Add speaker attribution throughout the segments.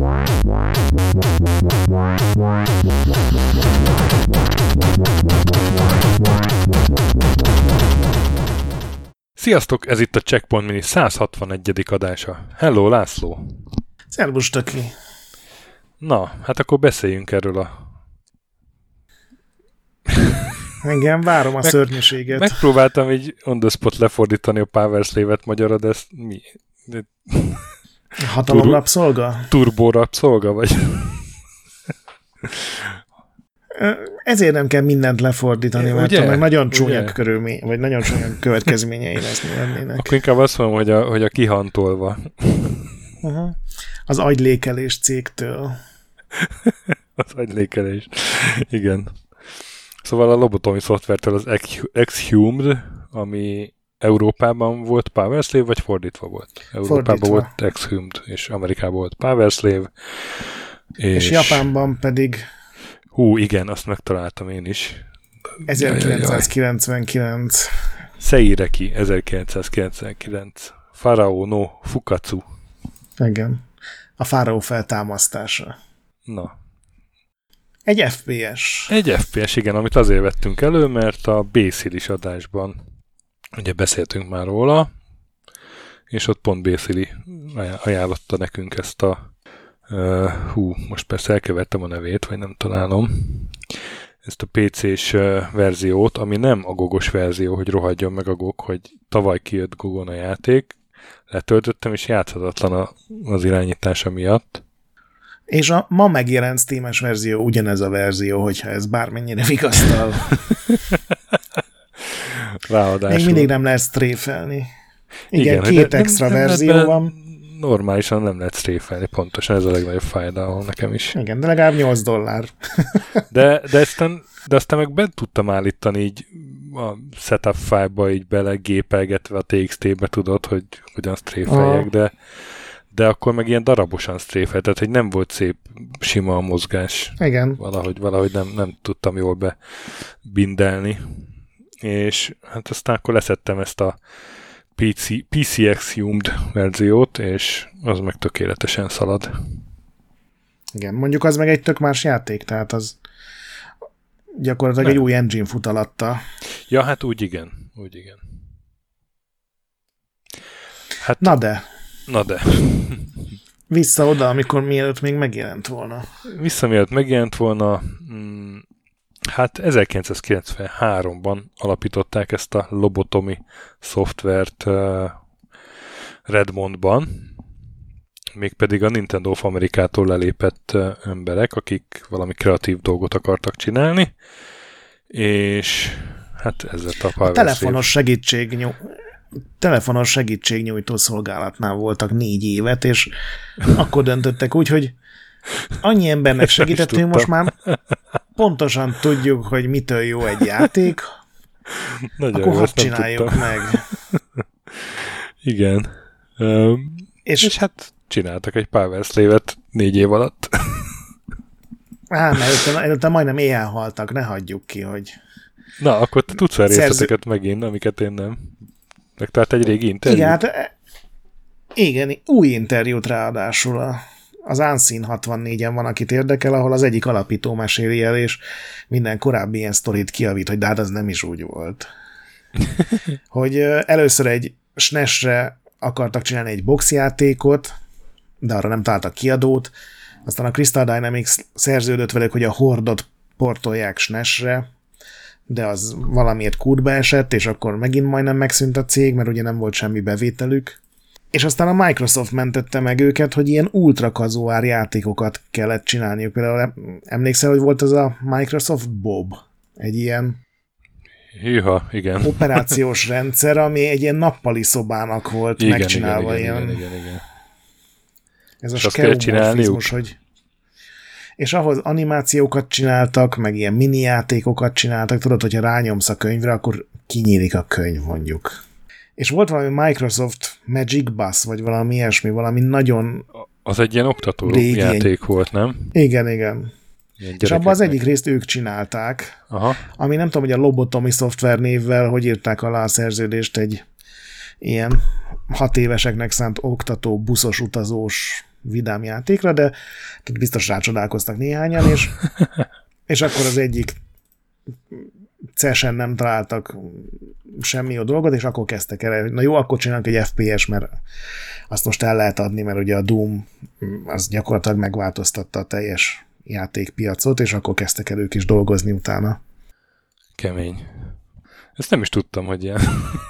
Speaker 1: Sziasztok, ez itt a Checkpoint Mini 161. adása. Hello, László!
Speaker 2: Szervusz, Töki!
Speaker 1: Na, hát akkor beszéljünk erről a...
Speaker 2: Engem várom a szörnyűséget.
Speaker 1: Megpróbáltam így on the spot lefordítani a Power Slave-et magyarra, de ezt mi...
Speaker 2: Hatalomrapszolga?
Speaker 1: Turbórapszolga, vagy...
Speaker 2: Ezért nem kell mindent lefordítani, mert meg nagyon csúnya vagy nagyon csúnya következményei lennének.
Speaker 1: Akkor inkább azt mondom, hogy a kihantolva.
Speaker 2: Az agylékelés cégtől.
Speaker 1: Az agylékelés. Igen. Szóval a lobotomi szoftvertől az Exhumed, ami Európában volt Power Slave, vagy fordítva volt? Európában volt Exhumed, és Amerikában volt Power Slave.
Speaker 2: És Japánban pedig...
Speaker 1: Igen, azt megtaláltam én is.
Speaker 2: 1999.
Speaker 1: Seireki, 1999. Pharaoh no Fukatsu.
Speaker 2: Igen. A fáraó feltámasztása.
Speaker 1: Na.
Speaker 2: Egy FPS.
Speaker 1: Egy FPS, igen, amit azért vettünk elő, mert a Bézilis adásban ugye beszéltünk már róla, és ott pont Bézili ajánlotta nekünk ezt a most persze elkevertem a nevét, vagy nem találom. Ezt a PC-s verziót, ami nem a gogos verzió, hogy rohadjon meg a GOG, hogy tavaly kijött GOG-on a játék. Letöltöttem, és játszhatatlan az irányítása miatt.
Speaker 2: És a ma megjelent Steam-es verzió ugyanez a verzió, hogyha ez bármennyire vigasztal.
Speaker 1: Ráadásul.
Speaker 2: Még mindig nem lehet stréfelni. Igen, két extra verzió van.
Speaker 1: Normálisan nem lehet stréfelni, pontosan ez a legnagyobb fájdalom nekem is.
Speaker 2: Igen, de legalább $8.
Speaker 1: de aztán meg be tudtam állítani így a setup file-ba így bele gépelgetve a TXT-be, tudod, hogy hogyan stréfeljek, de akkor meg ilyen darabosan stréfel, tehát hogy nem volt szép sima a mozgás.
Speaker 2: Igen.
Speaker 1: Valahogy nem tudtam jól bebindelni. És hát aztán akkor leszettem ezt a PC Exhumed verziót, és az meg tökéletesen szalad.
Speaker 2: Igen, mondjuk az meg egy tök más játék, tehát az gyakorlatilag egy új engine fut alatta.
Speaker 1: Ja, hát úgy igen. Hát,
Speaker 2: Na de. Vissza oda, amikor mielőtt még megjelent volna.
Speaker 1: Hát 1993-ban alapították ezt a lobotomi szoftvert Redmondban, mégpedig a Nintendo of Amerikától lelépett emberek, akik valami kreatív dolgot akartak csinálni, és hát ez lett a Power
Speaker 2: telefonos segítségnyújtó szolgálatnál voltak 4 évet, és akkor döntöttek úgy, hogy annyi embernek segítettünk, most már pontosan tudjuk, hogy mitől jó egy játék, nagyon akkor hadd csináljuk meg.
Speaker 1: Igen. És hát csináltak egy Power Slave-et 4 év alatt.
Speaker 2: Mert előtte majdnem éjjel haltak, ne hagyjuk ki, hogy...
Speaker 1: Na, akkor te tudsz részleteket megint, amiket én nem. Megtalált egy régi interjút?
Speaker 2: Igen, új interjút ráadásul az Unseen 64-en van, akit érdekel, ahol az egyik alapító meséli el, és minden korábbi ilyen sztorit kijavít, hogy de hát az nem is úgy volt. Hogy először egy SNES-re akartak csinálni egy boxjátékot, de arra nem találtak kiadót, aztán a Crystal Dynamics szerződött velük, hogy a Horde-ot portolják SNES-re, de az valamiért kútba esett, és akkor megint majdnem megszűnt a cég, mert ugye nem volt semmi bevételük. És aztán a Microsoft mentette meg őket, hogy ilyen ultra casual játékokat kellett csinálniuk. Például emlékszel, hogy volt az a Microsoft Bob? Egy ilyen
Speaker 1: igen.
Speaker 2: operációs rendszer, ami egy ilyen nappali szobának volt megcsinálva.
Speaker 1: Igen.
Speaker 2: Ez a skeumorfizmus, hogy... És ahhoz animációkat csináltak, meg ilyen mini játékokat csináltak. Tudod, hogyha rányomsz a könyvre, akkor kinyílik a könyv, mondjuk. És volt valami Microsoft Magic Bus, vagy valami ilyesmi, valami nagyon...
Speaker 1: Az egy ilyen oktató játék volt, nem?
Speaker 2: Igen. És abban az egyik részt ők csinálták, ami nem tudom, hogy a lobotomi szoftver névvel, hogy írták alá a szerződést egy ilyen 6 éveseknek szánt oktató, buszos, utazós vidám játékra, de tehát biztos rácsodálkoztak néhányan, és akkor az egyik C-sen nem találtak semmi jó dolgot, és akkor kezdtek el, na jó, akkor csinálnak egy FPS, mert azt most el lehet adni, mert ugye a Doom az gyakorlatilag megváltoztatta a teljes játékpiacot, és akkor kezdtek el ők is dolgozni utána.
Speaker 1: Kemény. Ezt nem is tudtam, hogy ilyen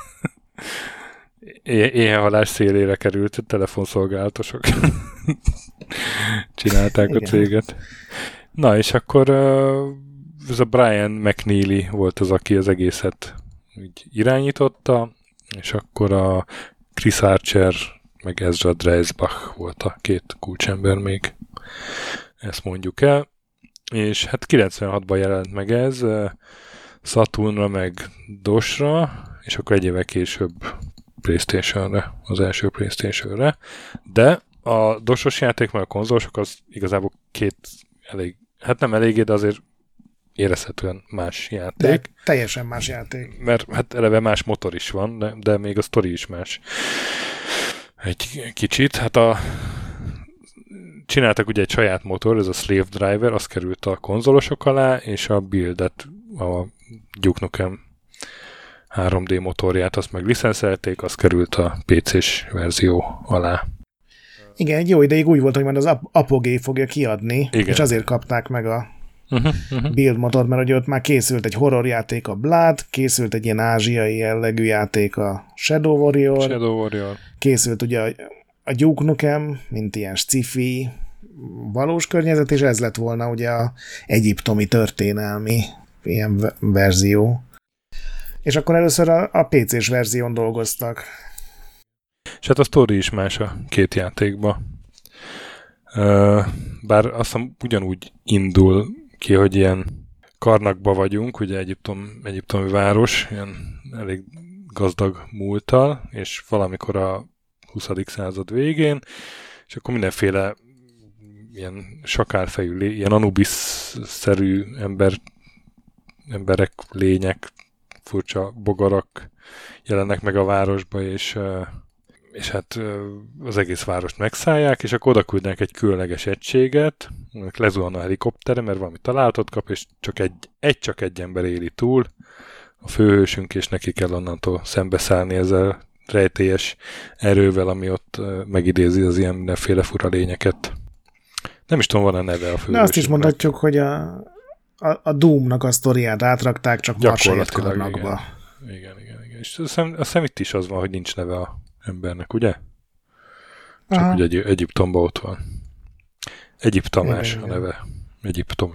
Speaker 1: éhenhalás szélére került a telefonszolgálatosok. Csinálták igen. A céget. Na, és akkor ez a Brian McNeely volt az, aki az egészet úgy irányította, és akkor a Chris Archer meg Ezra Dreisbach volt a két kulcsember még. Ezt mondjuk el. És hát 96-ban jelent meg ez, Saturnra meg DOS-ra, és akkor egy évvel később PlayStation-re, az első PlayStation-re. De a DOS-os játék, meg a konzolosok az igazából két elég, hát nem eléggé, de azért érezhetően más játék. De
Speaker 2: teljesen más játék.
Speaker 1: Mert hát eleve más motor is van, de még a sztori is más. Egy kicsit. Hát csináltak ugye egy saját motor, ez a Slave Driver, az került a konzolosok alá, és a Build-et, a Duke Nukem 3D motorját, azt meg licenszelték, az került a PC-s verzió alá.
Speaker 2: Igen, egy jó ideig úgy volt, hogy majd az Apogee fogja kiadni, igen. És azért kapták meg a Build motort, mert ugye ott már készült egy horror játék, a Blood, készült egy ilyen ázsiai jellegű játék, a Shadow Warrior. Készült ugye a Duke Nukem, mint ilyen sci-fi valós környezet, és ez lett volna ugye a egyiptomi történelmi ilyen verzió. És akkor először a PC-s verzión dolgoztak.
Speaker 1: És hát a sztori is más a két játékban. Bár azt hiszem ugyanúgy indul ki, hogy ilyen Karnakba vagyunk, ugye egyiptomi város, ilyen elég gazdag múlttal, és valamikor a 20. század végén, és akkor mindenféle ilyen sakálfejű, ilyen Anubis-szerű emberek, lények, furcsa bogarak jelennek meg a városba, és hát az egész várost megszállják, és akkor oda küldnek egy különleges egységet, lezuhan a helikoptere, mert valami találatot kap, és csak egy ember éli túl, a főhősünk, és neki kell onnantól szembeszállni ezzel rejtélyes erővel, ami ott megidézi az ilyen mindenféle fura lényeket. Nem is tudom, van a neve a főhősünknek.
Speaker 2: De azt is mondhatjuk, hogy a Doom-nak a sztoriát átrakták, csak Marsaját Karnakba.
Speaker 1: Igen. És azt hiszem itt is az van, hogy nincs neve a embernek, ugye? Csak ugye Egyiptomban ott van. Egyiptamás a neve. Egyiptomi.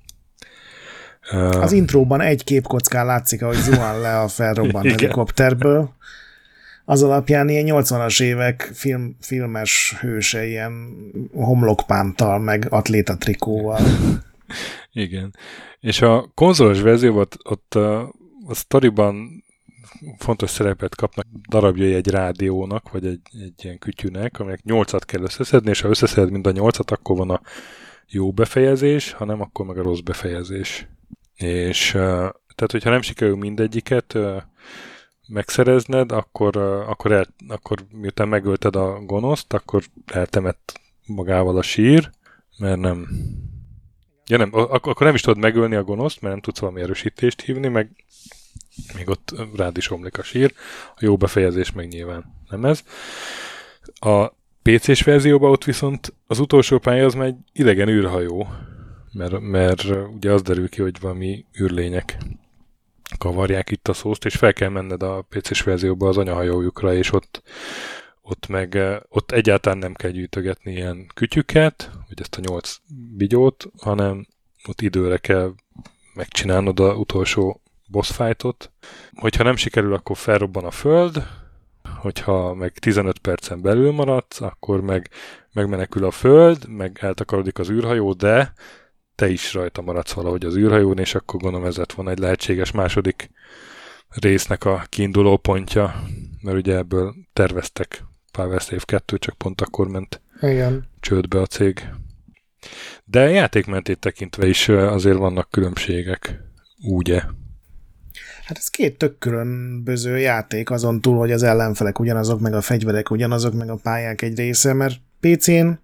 Speaker 2: Az intróban egy képkockán látszik, ahogy zuhan le a felrobbant helikopterből. Az alapján ilyen 80-as évek filmes hőse, ilyen homlokpántal, meg atléta trikóval.
Speaker 1: Igen. És a konzolos verzióban ott a sztoriban fontos szerepet kapnak darabjai egy rádiónak, vagy egy ilyen kütyűnek, aminek 8-at kell összeszedni, és ha összeszed mind a 8-at, akkor van a jó befejezés, ha nem, akkor meg a rossz befejezés. És tehát, hogyha nem sikerül mindegyiket megszerezned, akkor miután megölted a gonoszt, akkor eltemett magával a sír, mert nem... Ja nem, akkor nem is tudod megölni a gonoszt, mert nem tudsz valami erősítést hívni, meg még ott rád is omlik a sír. A jó befejezés meg nyilván nem ez. A PC-s verzióban ott viszont az utolsó pálya az már egy idegen űrhajó, mert ugye az derül ki, hogy valami űrlények kavarják itt a szószt, és fel kell menned a PC-s verzióba az anyahajójukra, és ott egyáltalán nem kell gyűjtögetni ilyen kütyüket, vagy ezt a 8 bigyót, hanem ott időre kell megcsinálnod az utolsó boss fightot. Hogyha nem sikerül, akkor felrobban a föld, hogyha meg 15 percen belül maradsz, akkor megmenekül a föld, meg eltakarodik az űrhajó, de te is rajta maradsz valahogy az űrhajón, és akkor gondolom ez lett volna egy lehetséges második résznek a kiinduló pontja, mert ugye ebből terveztek Power Save 2, csak pont akkor ment csődbe a cég. De játékmentét tekintve is azért vannak különbségek, ugye?
Speaker 2: Hát ez két tök különböző játék, azon túl, hogy az ellenfelek ugyanazok, meg a fegyverek ugyanazok, meg a pályák egy része, mert PC-n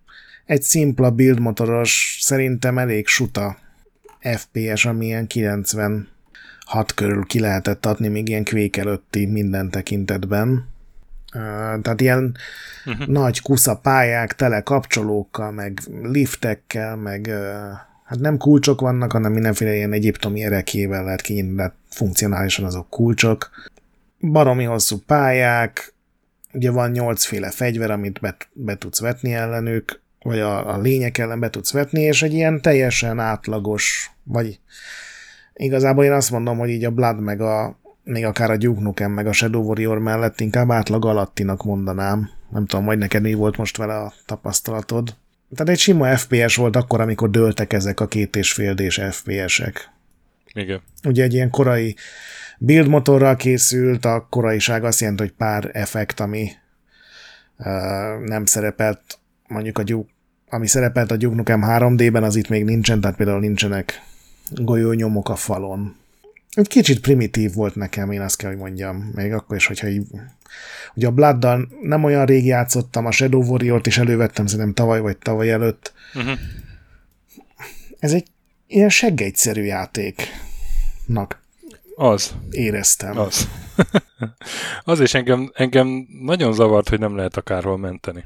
Speaker 2: egy szimpla build motoros, szerintem elég suta FPS, ami ilyen 96 körül ki lehetett adni, még ilyen Quake előtti minden tekintetben. Tehát ilyen nagy kusza pályák, tele kapcsolókkal, meg liftekkel, meg hát nem kulcsok vannak, hanem mindenféle ilyen egyiptomi erekjével lehet kinyitni, de funkcionálisan azok kulcsok. Baromi hosszú pályák, ugye van 8 féle fegyver, amit be tudsz vetni ellenük, vagy a lények ellen be tudsz vetni, és egy ilyen teljesen átlagos, vagy igazából én azt mondom, hogy így a Blood meg még akár a Duke Nukem meg a Shadow Warrior mellett inkább átlag alattinak mondanám. Nem tudom, hogy neked mi volt most vele a tapasztalatod. Tehát egy sima FPS volt akkor, amikor dőltek ezek a 2,5D-s FPS-ek.
Speaker 1: Igen.
Speaker 2: Ugye egy ilyen korai build motorral készült, a koraiság azt jelenti, hogy pár effekt, ami nem szerepelt, mondjuk ami szerepelt a Duke Nukem 3D-ben, az itt még nincsen, tehát például nincsenek golyónyomok a falon. Egy kicsit primitív volt nekem, én azt kell, hogy mondjam. Még akkor is, hogyha így... Ugye a Blooddal nem olyan rég játszottam, a Shadow Warrior-t is elővettem, szerintem tavaly vagy tavaly előtt. Uh-huh. Ez egy ilyen seggegyszerű játéknak éreztem.
Speaker 1: Az. Az is engem nagyon zavart, hogy nem lehet akárhol menteni.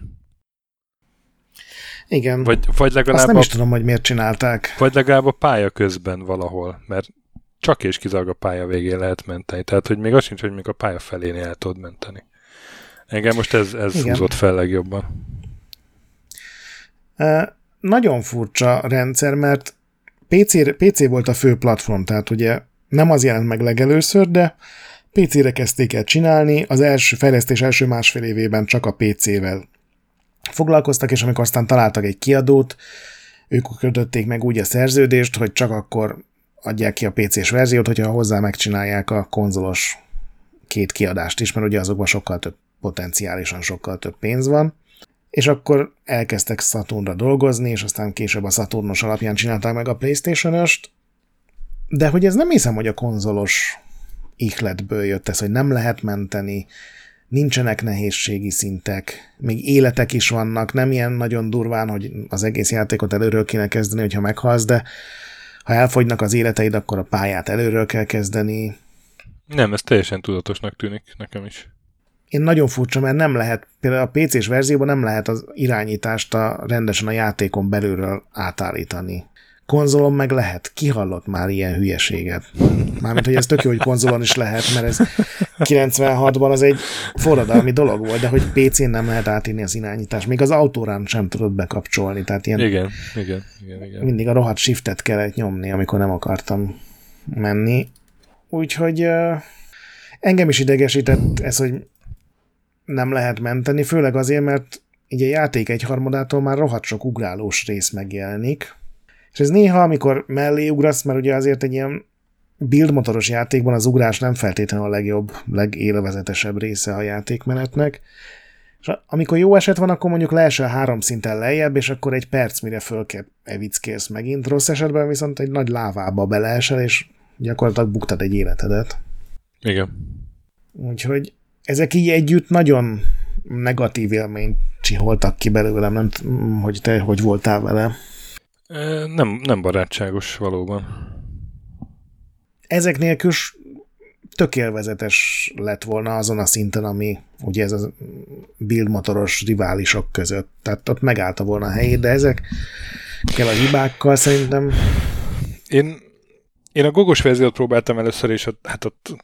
Speaker 2: Igen.
Speaker 1: Vagy legalább
Speaker 2: azt nem is tudom, hogy miért csinálták.
Speaker 1: Vagy legalább a pálya közben valahol, mert csak és kizárólag a pálya végén lehet menteni. Tehát, hogy még az sincs, hogy még a pálya felénél el tudod menteni. Engem most ez húzott fel legjobban.
Speaker 2: Nagyon furcsa rendszer, mert PC volt a fő platform, tehát ugye nem az jelent meg legelőször, de PC-re kezdték el csinálni, az első fejlesztés első másfél évében csak a PC-vel foglalkoztak, és amikor aztán találtak egy kiadót, ők kötötték meg úgy a szerződést, hogy csak akkor adják ki a PC-s verziót, hogyha hozzá megcsinálják a konzolos 2 kiadást is, mert ugye azokban potenciálisan sokkal több pénz van, és akkor elkezdtek Saturnra dolgozni, és aztán később a Saturnos alapján csinálták meg a PlayStation-öst, de hogy ez nem hiszem, hogy a konzolos ihletből jött ez, hogy nem lehet menteni, nincsenek nehézségi szintek, még életek is vannak, nem ilyen nagyon durván, hogy az egész játékot előről kéne kezdeni, hogyha meghalsz, de ha elfogynak az életeid, akkor a pályát előről kell kezdeni.
Speaker 1: Nem, ez teljesen tudatosnak tűnik nekem is.
Speaker 2: Én nagyon furcsa, mert nem lehet, például a PC-s verzióban nem lehet az irányítást rendesen a játékon belülről átállítani. Konzolon meg lehet. Ki hallott már ilyen hülyeséget? Mármint, hogy ez tök jó, hogy konzolon is lehet, mert ez 96-ban az egy forradalmi dolog volt, de hogy PC-n nem lehet átírni az irányítást. Még az autórán sem tudod bekapcsolni. Tehát ilyen
Speaker 1: igen.
Speaker 2: Mindig a rohadt shiftet kellett nyomni, amikor nem akartam menni. Úgyhogy engem is idegesített ez, hogy nem lehet menteni, főleg azért, mert így a játék egyharmadától már rohadt sok ugrálós rész megjelenik. És ez néha, amikor mellé ugrasz, mert ugye azért egy ilyen build motoros játékban az ugrás nem feltétlenül a legjobb, legélvezetesebb része a játékmenetnek. És amikor jó eset van, akkor mondjuk leesel 3 szinten lejjebb, és akkor egy perc, mire fölkevickélsz megint. Rossz esetben viszont egy nagy lávába beleesel, és gyakorlatilag buktad egy életedet.
Speaker 1: Igen.
Speaker 2: Úgyhogy ezek így együtt nagyon negatív élményt csiholtak ki belőlem, nem tudom, hogy te hogy voltál vele.
Speaker 1: Nem barátságos valóban.
Speaker 2: Ezek nélkül tök élvezetes lett volna azon a szinten, ami ugye ez a build motoros riválisok között. Tehát ott megállta volna a helyét, de ezek kell a hibákkal szerintem.
Speaker 1: Én a gogos verziót próbáltam először, és ott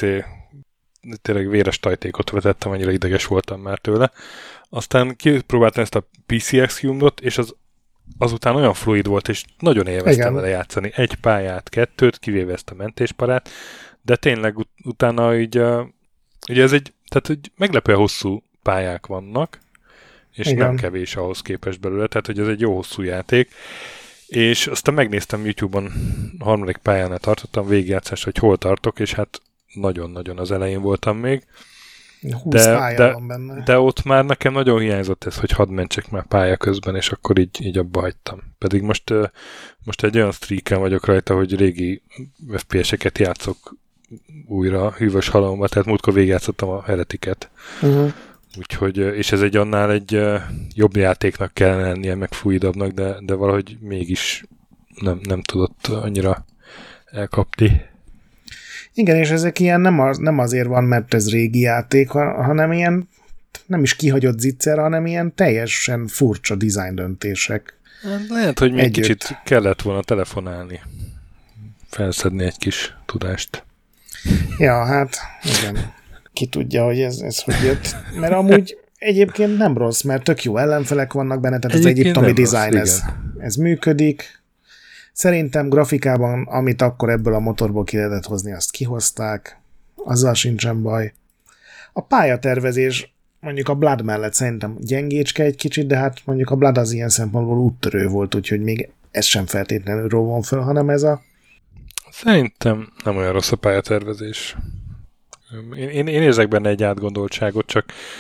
Speaker 1: tényleg véres tajtékot vetettem, annyira ideges voltam már tőle. Aztán kipróbáltam ezt a PCX-Humdot, és azután olyan fluid volt, és nagyon élveztem vele játszani. 1 pályát, 2, kivéve ezt a mentésparát, de tényleg utána így, ugye ez tehát hogy meglepően hosszú pályák vannak, és nem kevés ahhoz képest belőle, tehát hogy ez egy jó hosszú játék, és aztán megnéztem YouTube-on, a 3. pályánál tartottam végigjátszást, hogy hol tartok, és hát nagyon-nagyon az elején voltam még.
Speaker 2: 20 pálya van benne.
Speaker 1: De ott már nekem nagyon hiányzott ez, hogy hadd mentsek már pálya közben, és akkor így abba hagytam. Pedig most egy olyan streaken vagyok rajta, hogy régi FPS-eket játszok újra hűvös halomba, tehát múltkor végigjátszottam a Heretiket. Uh-huh. Úgyhogy, és ez annál egy jobb játéknak kellene lennie, meg fluidabbnak, de valahogy mégis nem tudott annyira elkapni.
Speaker 2: Igen, és ezek ilyen nem azért van, mert ez régi játék, hanem ilyen nem is kihagyott zicser, hanem ilyen teljesen furcsa design döntések.
Speaker 1: Lehet, hogy még kicsit kellett volna telefonálni. Felszedni egy kis tudást.
Speaker 2: Ja, hát igen. Ki tudja, hogy ez hogy jött. Mert amúgy egyébként nem rossz, mert tök jó ellenfelek vannak benne, tehát az egyiptomi design ez működik. Szerintem grafikában, amit akkor ebből a motorból ki lehetett hozni, azt kihozták. Azzal sincsen baj. A pályatervezés mondjuk a Blood mellett szerintem gyengécske egy kicsit, de hát mondjuk a Blood az ilyen szempontból úttörő volt, úgyhogy még ez sem feltétlenül róvom föl, hanem ez a...
Speaker 1: Szerintem nem olyan rossz a pályatervezés. Én érzek benne egy átgondoltságot,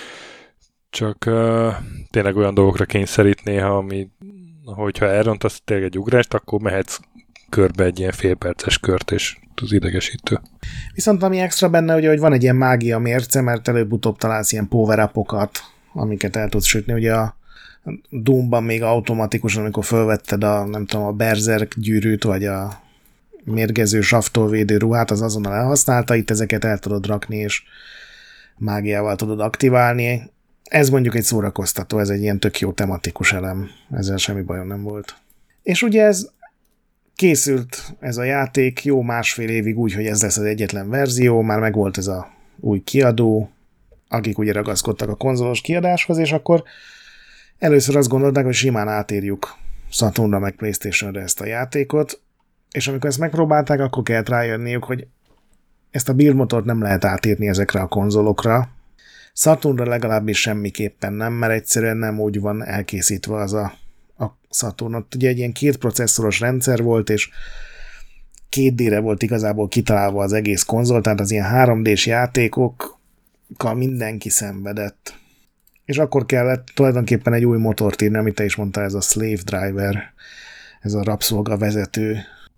Speaker 1: csak tényleg olyan dolgokra kényszerít néha, ami, hogyha elrontasz tényleg egy ugrást, akkor mehetsz körbe egy ilyen félperces kört, és az idegesítő.
Speaker 2: Viszont ami extra benne, ugye, hogy van egy ilyen mágia mérce, mert előbb-utóbb találsz ilyen power-upokat, amiket el tudsz sütni. Ugye a Doomban még automatikusan, amikor fölvetted a Berserk gyűrűt, vagy a mérgező savtól védő ruhát, az azonnal elhasználta, itt ezeket el tudod rakni, és mágiával tudod aktiválni. Ez mondjuk egy szórakoztató, ez egy ilyen tök jó tematikus elem, ezzel semmi bajom nem volt. És ugye ez készült ez a játék jó másfél évig úgy, hogy ez lesz az egyetlen verzió, már megvolt ez a új kiadó, akik ugye ragaszkodtak a konzolos kiadáshoz, és akkor először azt gondolták, hogy simán átírjuk Saturnra meg PlayStationre ezt a játékot, és amikor ezt megpróbálták, akkor kellett rájönniük, hogy ezt a build motort nem lehet átírni ezekre a konzolokra. Saturnra legalábbis semmiképpen nem, mert egyszerűen nem úgy van elkészítve az a Saturn. Ott ugye egy ilyen 2 processzoros rendszer volt, és 2D-re volt igazából kitalálva az egész konzol, tehát az ilyen 3D-s játékokkal mindenki szenvedett. És akkor kellett tulajdonképpen egy új motort írni, amit te is mondtál, ez a Slave Driver, ez a rabszolga vezető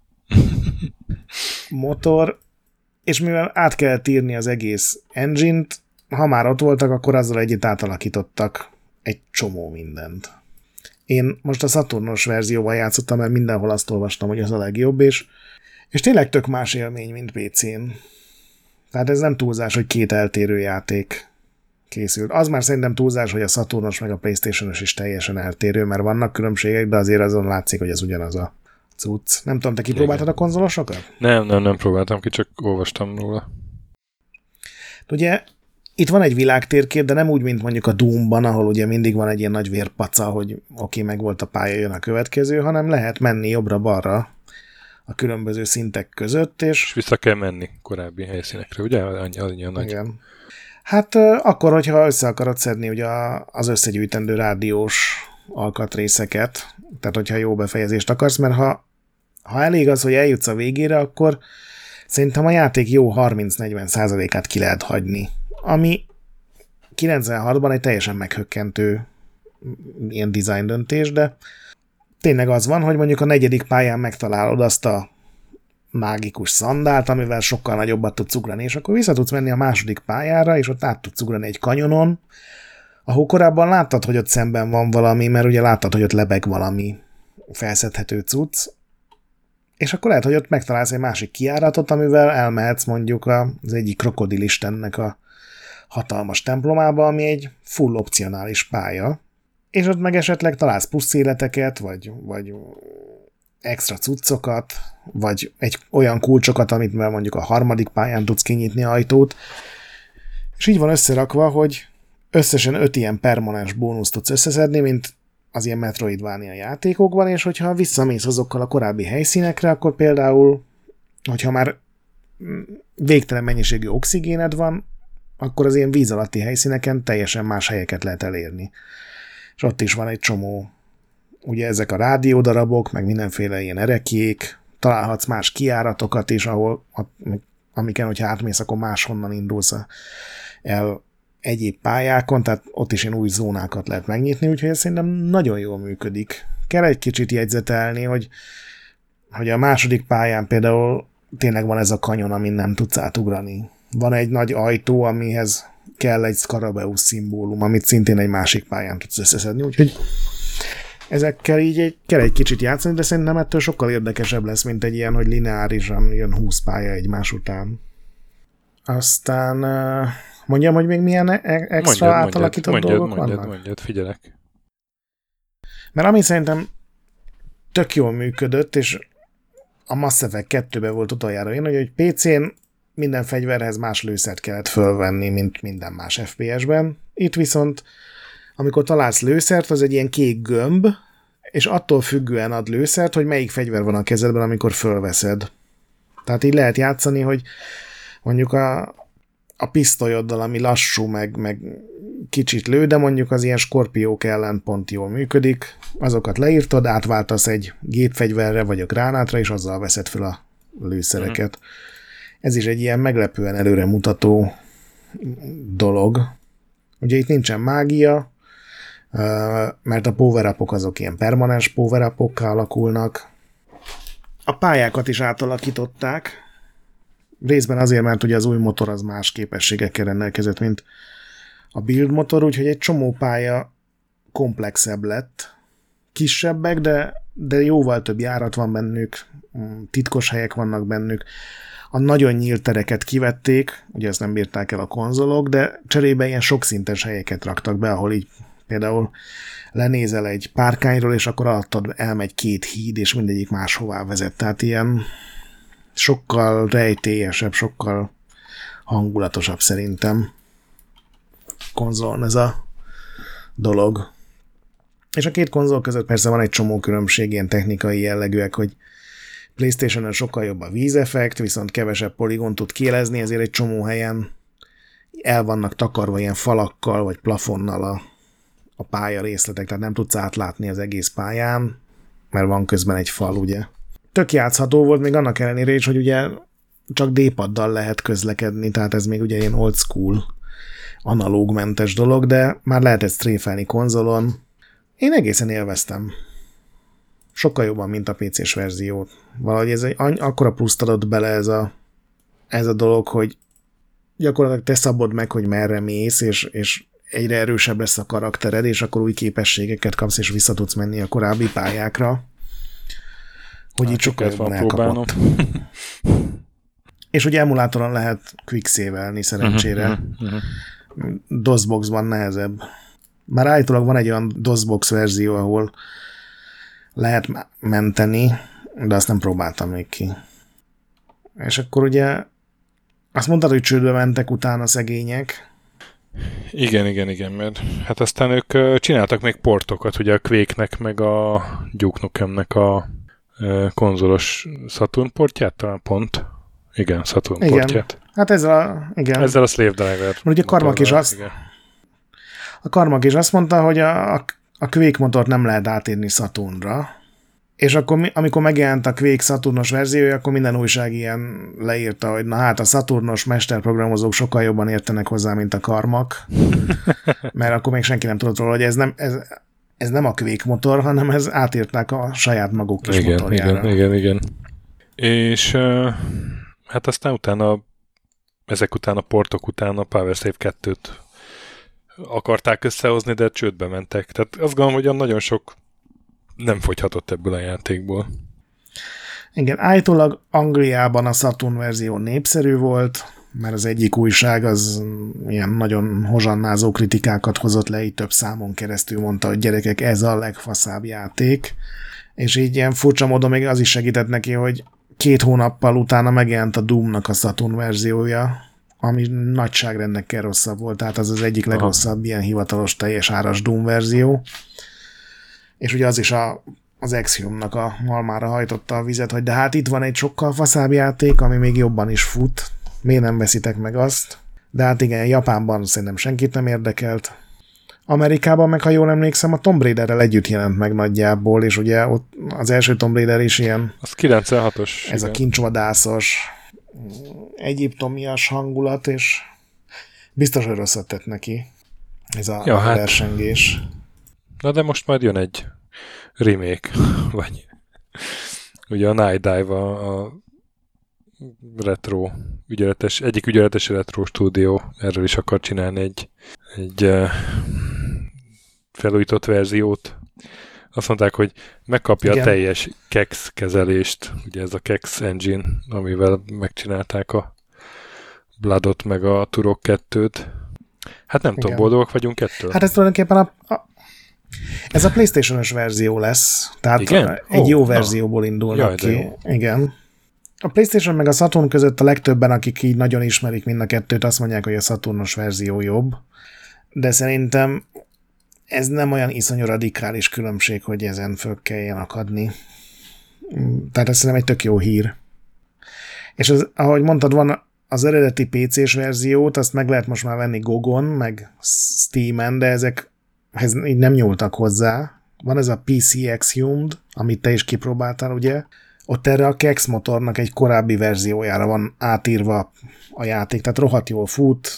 Speaker 2: motor, és mivel át kellett írni az egész engine-t, ha már ott voltak, akkor azzal együtt átalakítottak egy csomó mindent. Én most a Saturnos verzióval játszottam, mert mindenhol azt olvastam, hogy az a legjobb, és tényleg tök más élmény, mint PC-n. Tehát ez nem túlzás, hogy 2 eltérő játék készült. Az már szerintem túlzás, hogy a Saturnos meg a PlayStation-os is teljesen eltérő, mert vannak különbségek, de azért azon látszik, hogy ez ugyanaz a cucc. Nem tudom, te kipróbáltad a konzolosokat?
Speaker 1: Nem próbáltam ki, csak olvastam róla.
Speaker 2: Ugye itt van egy világtérkép, de nem úgy, mint mondjuk a Doomban, ahol ugye mindig van egy ilyen nagy vérpaca, hogy oké, meg volt a pálya, jön a következő, hanem lehet menni jobbra-balra a különböző szintek között, és
Speaker 1: vissza kell menni korábbi helyszínekre, ugye? Annyi nagy.
Speaker 2: Igen. Hát akkor, hogyha össze akarod szedni ugye az összegyűjtendő rádiós alkatrészeket, tehát hogyha jó befejezést akarsz, mert ha elég az, hogy eljutsz a végére, akkor szerintem a játék jó 30-40%-át ki lehet hagyni, ami 96-ban egy teljesen meghökkentő ilyen design döntés, de tényleg az van, hogy mondjuk a 4. pályán megtalálod azt a mágikus szandált, amivel sokkal nagyobbat tudsz ugrani, és akkor vissza tudsz menni a 2. pályára, és ott át tudsz ugrani egy kanyonon, ahol korábban láttad, hogy ott szemben van valami, mert ugye láttad, hogy ott lebeg valami felszedhető cucc, és akkor lehet, hogy ott megtalálsz egy másik kijáratot, amivel elmehetsz mondjuk az egyik krokodilistennek a hatalmas templomába, ami egy full opcionális pálya, és ott meg esetleg találsz plusz életeket, vagy extra cuccokat, vagy egy olyan kulcsokat, amit mondjuk a 3. pályán tudsz kinyitni ajtót, és így van összerakva, hogy összesen 5 ilyen permanens bónuszt tudsz összeszedni, mint az ilyen Metroidvania játékokban, és hogyha visszamész azokkal a korábbi helyszínekre, akkor például, hogyha már végtelen mennyiségű oxigéned van, akkor az ilyen víz alatti helyszíneken teljesen más helyeket lehet elérni. És ott is van egy csomó, ugye ezek a rádiódarabok, meg mindenféle ilyen erekjék, találhatsz más kijáratokat is, amiken, hogyha átmész, akkor máshonnan indulsz el egyéb pályákon, tehát ott is ilyen új zónákat lehet megnyitni, úgyhogy ez szerintem nagyon jól működik. Kell egy kicsit jegyzetelni, hogy a 2. pályán például tényleg van ez a kanyon, amin nem tudsz átugrani. Van egy nagy ajtó, amihez kell egy Scarabeus szimbólum, amit szintén egy másik pályán tudsz összeszedni, úgyhogy ezekkel így kell egy kicsit játszani, de szerintem ettől sokkal érdekesebb lesz, mint egy ilyen, hogy lineárisan jön 20 pálya egymás után. Aztán mondjam, hogy még milyen extra átalakított dolgok vannak?
Speaker 1: Mondjad, figyelek.
Speaker 2: Mert ami szerintem tök jól működött, és a Mass Effect 2-ben volt utoljára én, hogy PC-n minden fegyverhez más lőszert kellett fölvenni, mint minden más FPS-ben. Itt viszont, amikor találsz lőszert, az egy ilyen kék gömb, és attól függően ad lőszert, hogy melyik fegyver van a kezedben, amikor fölveszed. Tehát így lehet játszani, hogy mondjuk a pisztolyoddal, ami lassú, meg kicsit lő, de mondjuk az ilyen skorpiók ellen pont jól működik. Azokat leírtad, átváltasz egy gépfegyverre, vagy a gránátra, és azzal veszed fel a lőszereket. Ez is egy ilyen meglepően előremutató dolog. Ugye itt nincsen mágia, mert a power-upok azok ilyen permanens power-upokká alakulnak. A pályákat is átalakították, részben azért, mert ugye az új motor az más képességekkel rendelkezett, mint a build motor, úgyhogy egy csomó pálya komplexebb lett. Kisebbek, de jóval több járat van bennük, titkos helyek vannak bennük. A nagyon nyílt tereket kivették, ugye ezt nem bírták el a konzolok, de cserébe ilyen sokszintes helyeket raktak be, ahol így például lenézel egy párkányról, és akkor alattad elmegy 2 híd, és mindegyik máshová vezet. Tehát ilyen sokkal rejtélyesebb, sokkal hangulatosabb szerintem konzolon ez a dolog. És a két konzol között persze van egy csomó különbség, ilyen technikai jellegűek, hogy PlayStation-on sokkal jobb a vízeffekt, viszont kevesebb poligont tud kielezni, ezért egy csomó helyen el vannak takarva ilyen falakkal, vagy plafonnal a pálya részletek, tehát nem tudsz átlátni az egész pályán, mert van közben egy fal, ugye. Tök játszható volt még annak ellenére is, hogy ugye csak D-paddal lehet közlekedni, tehát ez még ugye ilyen old school, analógmentes dolog, de már lehet ezt tréfelni konzolon. Én egészen élveztem. Sokkal jobban, mint a PC-s verziót. Valahogy ez akkora pluszt adott bele ez a dolog, hogy gyakorlatilag te szabod meg, hogy merre mész, és egyre erősebb lesz a karaktered, és akkor új képességeket kapsz, és vissza tudsz menni a korábbi pályákra. Hogy így sokkal jobban elkapott. És ugye emulátoron lehet quick save-elni szerencsére. DOSBoxban nehezebb. Már állítólag van egy olyan DOSBox verzió, ahol lehet menteni, de azt nem próbáltam még ki. És akkor ugye azt mondtad, hogy csődbe mentek utána szegények.
Speaker 1: Igen, mert hát aztán ők csináltak még portokat, ugye a Quake-nek meg a Duke Nukemnek a konzolos Saturn portját talán pont. Igen, Saturn portját.
Speaker 2: Hát ezzel
Speaker 1: a Slave Driver.
Speaker 2: Ugye a Carmack is azt mondta, hogy a Quake motort nem lehet átírni Saturnra, és akkor amikor megjelent a Quake Saturnos verziója, akkor minden újság ilyen leírta, hogy na hát a Saturnos mesterprogramozók sokkal jobban értenek hozzá, mint a Carmack, mert akkor még senki nem tudott róla, hogy ez nem a Quake motor, hanem ez átírták a saját maguk kis motorjára.
Speaker 1: Igen. És hát aztán ezek után a portok után a Power Save 2-t akarták összehozni, de csődbe mentek. Tehát azt gondolom, hogy nagyon sok nem fogyhatott ebből a játékból.
Speaker 2: Igen, állítólag Angliában a Saturn verzió népszerű volt, mert az egyik újság az ilyen nagyon hozsannázó kritikákat hozott le, így több számon keresztül mondta, hogy gyerekek, ez a legfaszább játék. És így ilyen furcsa módon még az is segített neki, hogy 2 hónappal utána megjelent a Doomnak a Saturn verziója, ami nagyságrendekkel rosszabb volt, tehát az egyik legrosszabb ilyen hivatalos teljes áras Doom verzió. És ugye az is az Axiomnak a malmára hajtotta a vizet, hogy de hát itt van egy sokkal faszább játék, ami még jobban is fut, miért nem veszitek meg azt? De hát igen, Japánban szerintem senkit nem érdekelt. Amerikában meg, ha jól emlékszem, a Tomb Raiderrel együtt jelent meg nagyjából, és ugye ott az első Tomb Raider is ilyen...
Speaker 1: Az 96-os.
Speaker 2: Ez igen. A kincsvadászos, egyiptomias hangulat, és biztos, hogy rosszat tett neki ez a versengés.
Speaker 1: Na de most már jön egy remake, vagy ugye a Night Dive a retro, egyik ügyeletes retro stúdió erről is akar csinálni egy felújított verziót. Azt mondták, hogy megkapja a teljes KEX kezelést, ugye ez a KEX engine, amivel megcsinálták a Bloodot meg a Turok 2-t. Hát nem tudom, boldogok vagyunk ettől?
Speaker 2: Hát ez tulajdonképpen ez a PlayStation-os verzió lesz, tehát egy jó verzióból indulnak ki. Igen. A PlayStation meg a Saturn között a legtöbben, akik így nagyon ismerik mind a kettőt, azt mondják, hogy a Saturnos verzió jobb, de szerintem ez nem olyan iszonyú radikális különbség, hogy ezen föl kelljen akadni. Tehát ez szerintem egy tök jó hír. És ahogy mondtad, van az eredeti PC-s verziót, azt meg lehet most már venni GOG-on, meg Steam-en, de ezekhez így nem nyúltak hozzá. Van ez a PC Exhumed, amit te is kipróbáltál, ugye? Ott erre a KEX motornak egy korábbi verziójára van átírva a játék, tehát rohadt jól fut,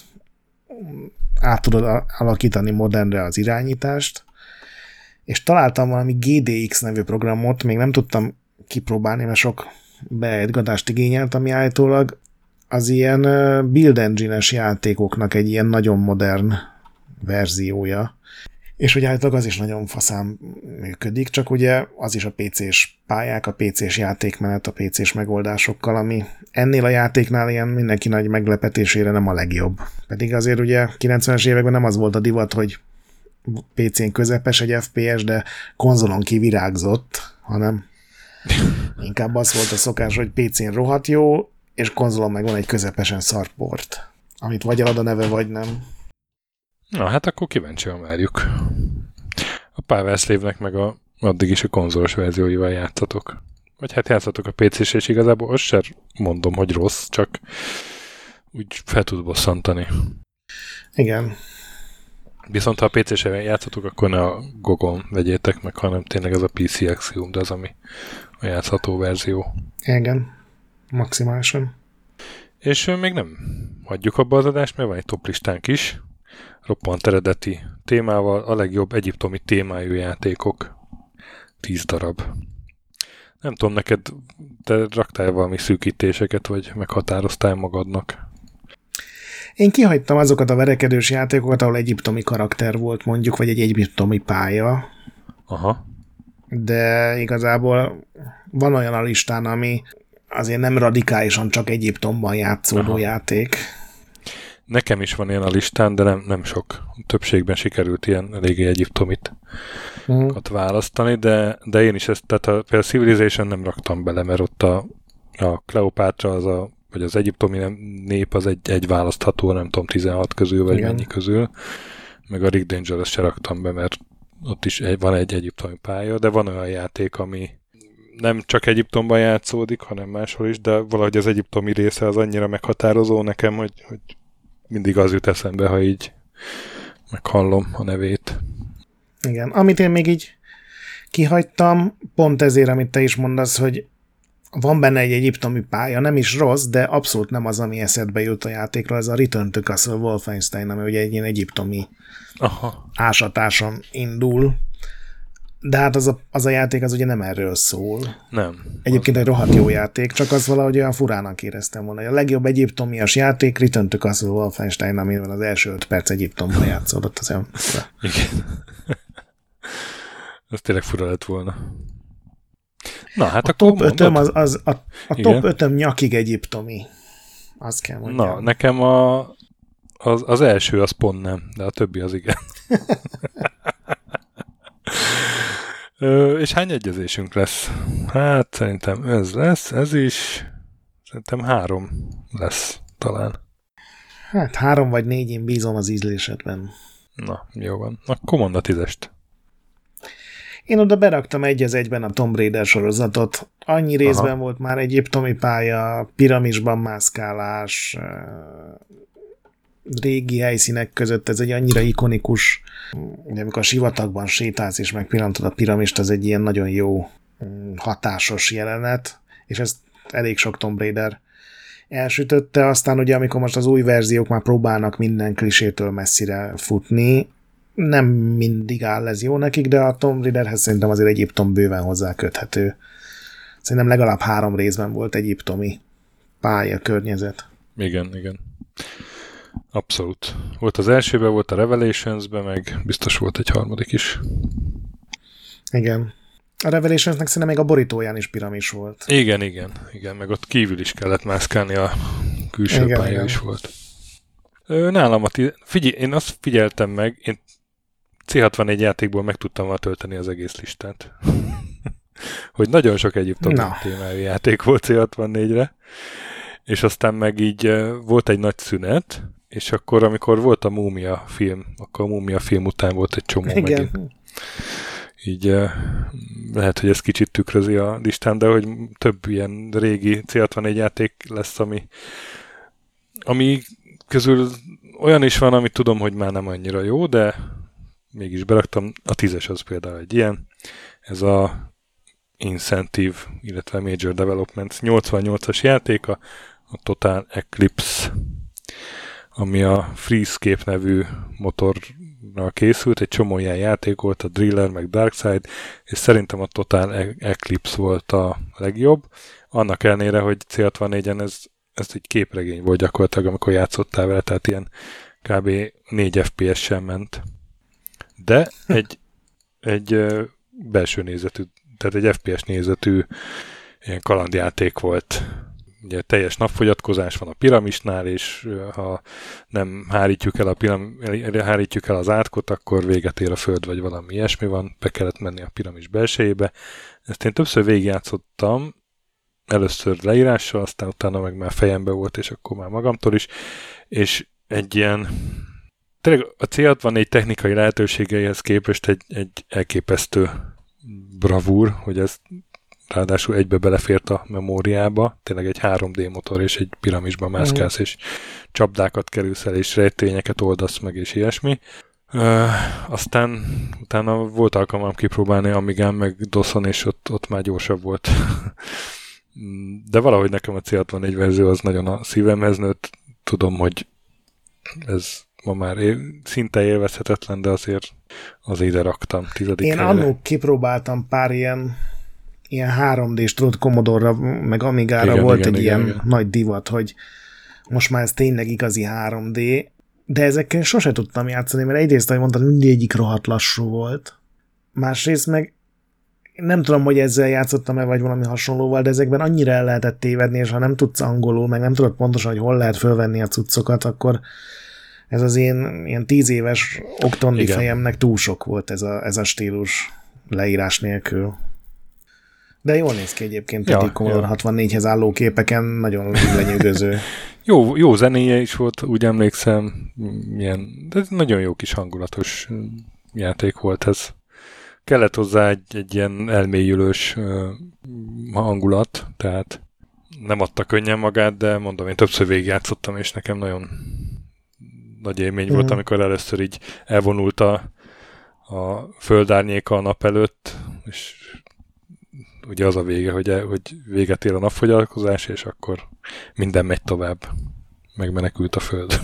Speaker 2: át tudod alakítani modernre az irányítást, és találtam valami GDX nevű programot, még nem tudtam kipróbálni, mert sok beedgatást igényelt, ami állítólag az ilyen build engine-es játékoknak egy ilyen nagyon modern verziója. És ugye állítólag az is nagyon faszán működik, csak ugye az is a PC-s pályák, a PC-s játékmenet, a PC-s megoldásokkal, ami ennél a játéknál ilyen mindenki nagy meglepetésére nem a legjobb. Pedig azért ugye 90-es években nem az volt a divat, hogy PC-n közepes egy FPS, de konzolon kivirágzott, hanem inkább az volt a szokás, hogy PC-n rohadt jó, és konzolon meg van egy közepesen szarport, amit vagy elad a neve, vagy nem.
Speaker 1: Na, hát akkor kíváncsian várjuk. A Power Slave-nek meg addig is a konzolos verzióival játszatok. Vagy hát játszatok a PC-s, és igazából azt sem mondom, hogy rossz, csak úgy fel tud bosszantani.
Speaker 2: Igen.
Speaker 1: Viszont ha a PC-s-en játszatok, akkor ne a GOG-on vegyétek meg, hanem tényleg ez a PC Exhumed, de az, ami a játszható verzió.
Speaker 2: Igen, maximálisan.
Speaker 1: És még nem hagyjuk abba az adást, mert van egy toplistánk is. Roppant eredeti témával, a legjobb egyiptomi témájú játékok. 10 darab. Nem tudom, neked te raktál valami szűkítéseket, vagy meghatároztál magadnak?
Speaker 2: Én kihagytam azokat a verekedős játékokat, ahol egyiptomi karakter volt mondjuk, vagy egy egyiptomi pálya.
Speaker 1: Aha.
Speaker 2: De igazából van olyan a listán, ami azért nem radikálisan csak Egyiptomban játszódó játék.
Speaker 1: Nekem is van ilyen a listán, de nem sok. Többségben sikerült ilyen eléggé egyiptomit választani, de én is ezt, tehát például Civilization nem raktam bele, mert ott a Kleopátra, vagy az egyiptomi nép az egy választható, nem tudom, 16 közül, vagy mennyi közül. Meg a Rick Dangerous se raktam be, mert ott is van egy egyiptomi pálya, de van olyan játék, ami nem csak Egyiptomban játszódik, hanem máshol is, de valahogy az egyiptomi része az annyira meghatározó nekem, hogy mindig az jut eszembe, ha így meghallom a nevét.
Speaker 2: Igen, amit én még így kihagytam, pont ezért, amit te is mondasz, hogy van benne egy egyiptomi pálya, nem is rossz, de abszolút nem az, ami eszedbe jut a játékra, ez a Return to Castle Wolfenstein, ami ugye egy ilyen egyiptomi ásatáson indul. De hát az a játék az ugye nem erről szól.
Speaker 1: Nem.
Speaker 2: Egyébként egy rohadt jó játék, csak az valahogy olyan furának éreztem volna. A legjobb egyiptomias játék Return to Castle Wolfenstein, amivel az első 5 perc Egyiptomban játszódott. Az olyan fura. Igen.
Speaker 1: Ez tényleg fura lett volna. Na, hát
Speaker 2: a top 5-öm a top 5-öm nyakig egyiptomi. Azt kell mondjam.
Speaker 1: Na, nekem az első az pont nem, de a többi az igen. És hány egyezésünk lesz? Hát szerintem ez lesz, ez is. Szerintem 3 lesz talán.
Speaker 2: Hát 3 vagy 4, én bízom az ízlésedben.
Speaker 1: Na, jó van. Akkor mondd a 10-est.
Speaker 2: Én oda beraktam 1-1-ben a Tomb Raider sorozatot. Annyi részben volt már egyiptomi pálya, piramisban mászkálás, régi helyszínek között, ez egy annyira ikonikus, ugye amikor a sivatagban sétálsz és megpillantod a piramist, az egy ilyen nagyon jó, hatásos jelenet, és ezt elég sok Tomb Raider elsütötte, aztán ugye amikor most az új verziók már próbálnak minden klisétől messzire futni, nem mindig áll ez jó nekik, de a Tomb Raiderhez szerintem azért Egyiptom bőven hozzá köthető. Szerintem legalább 3 részben volt egyiptomi pálya környezet.
Speaker 1: Igen. Abszolút. Volt az elsőben, volt a Revelationsben, meg biztos volt egy harmadik is.
Speaker 2: Igen. A Revelationsnek szerintem még a borítóján is piramis volt.
Speaker 1: Igen, meg ott kívül is kellett mászkálni, a külső pálya is volt. Nálam figyelj, én azt figyeltem meg, én C64 játékból meg tudtam volna tölteni az egész listát. Hogy nagyon sok egyiptomi témájú játék volt C64-re, és aztán meg így volt egy nagy szünet, és akkor, amikor volt a Múmia film, akkor a Múmia film után volt egy csomó megint. Így lehet, hogy ez kicsit tükrözi a listán, de hogy több ilyen régi C64 játék lesz, ami közül olyan is van, amit tudom, hogy már nem annyira jó, de mégis beraktam. A 10-es az például egy ilyen. Ez a Incentive, illetve Major Developments 88-as játéka, a Total Eclipse, ami a Freescape nevű motorral készült, egy csomó ilyen játék volt, a Driller, meg Darkside, és szerintem a Total Eclipse volt a legjobb. Annak ellenére, hogy C64-en ez egy képregény volt gyakorlatilag, amikor játszottál vele, tehát ilyen kb. 4 FPS-sen ment. De egy belső nézetű, tehát egy FPS nézetű ilyen kalandjáték volt. Ugye teljes napfogyatkozás van a piramisnál, és ha nem hárítjuk el az átkot, akkor véget ér a föld, vagy valami ilyesmi van, be kellett menni a piramis belsejébe. Ezt én többször végigjátszottam, először leírással, aztán utána meg már fejembe volt, és akkor már magamtól is, és egy ilyen tényleg a C64 technikai lehetőségeihez képest egy elképesztő bravúr, hogy ez ráadásul egybe belefért a memóriába, tényleg egy 3D motor, és egy piramisba mászkálsz, és csapdákat kerülsz el, és rejtényeket oldasz meg, és ilyesmi. Aztán utána volt alkalmam kipróbálni Amigán, meg DOS-on, és ott már gyorsabb volt. De valahogy nekem a C64 verzió az nagyon a szívemhez nőtt. Tudom, hogy ez ma már szinte élvezhetetlen, de azért ide raktam 10.
Speaker 2: Én annól kipróbáltam pár ilyen 3D-s, tudod, Commodore-ra, meg Amigára volt egy ilyen nagy divat, hogy most már ez tényleg igazi 3D, de ezekkel sose tudtam játszani, mert egyrészt, ahogy mondtad, mindegyik rohadt lassú volt. Másrészt meg nem tudom, hogy ezzel játszottam-e, vagy valami hasonlóval, de ezekben annyira el lehetett tévedni, és ha nem tudsz angolul, meg nem tudod pontosan, hogy hol lehet fölvenni a cuccokat, akkor ez az én ilyen 10 éves oktondi fejemnek túl sok volt ez a stílus leírás nélkül. De jól néz ki egyébként, pedig Commodore 64-hez álló képeken nagyon lenyűgöző.
Speaker 1: Jó zenéje is volt, úgy emlékszem, de nagyon jó kis hangulatos játék volt ez. Kellett hozzá egy ilyen elmélyülős hangulat, tehát nem adta könnyen magát, de mondom, én többször végigjátszottam, és nekem nagyon nagy élmény volt, amikor először így elvonult a földárnyéka a nap előtt, és ugye az a vége, hogy véget ér a napfogyatkozás, és akkor minden megy tovább. Megmenekült a föld.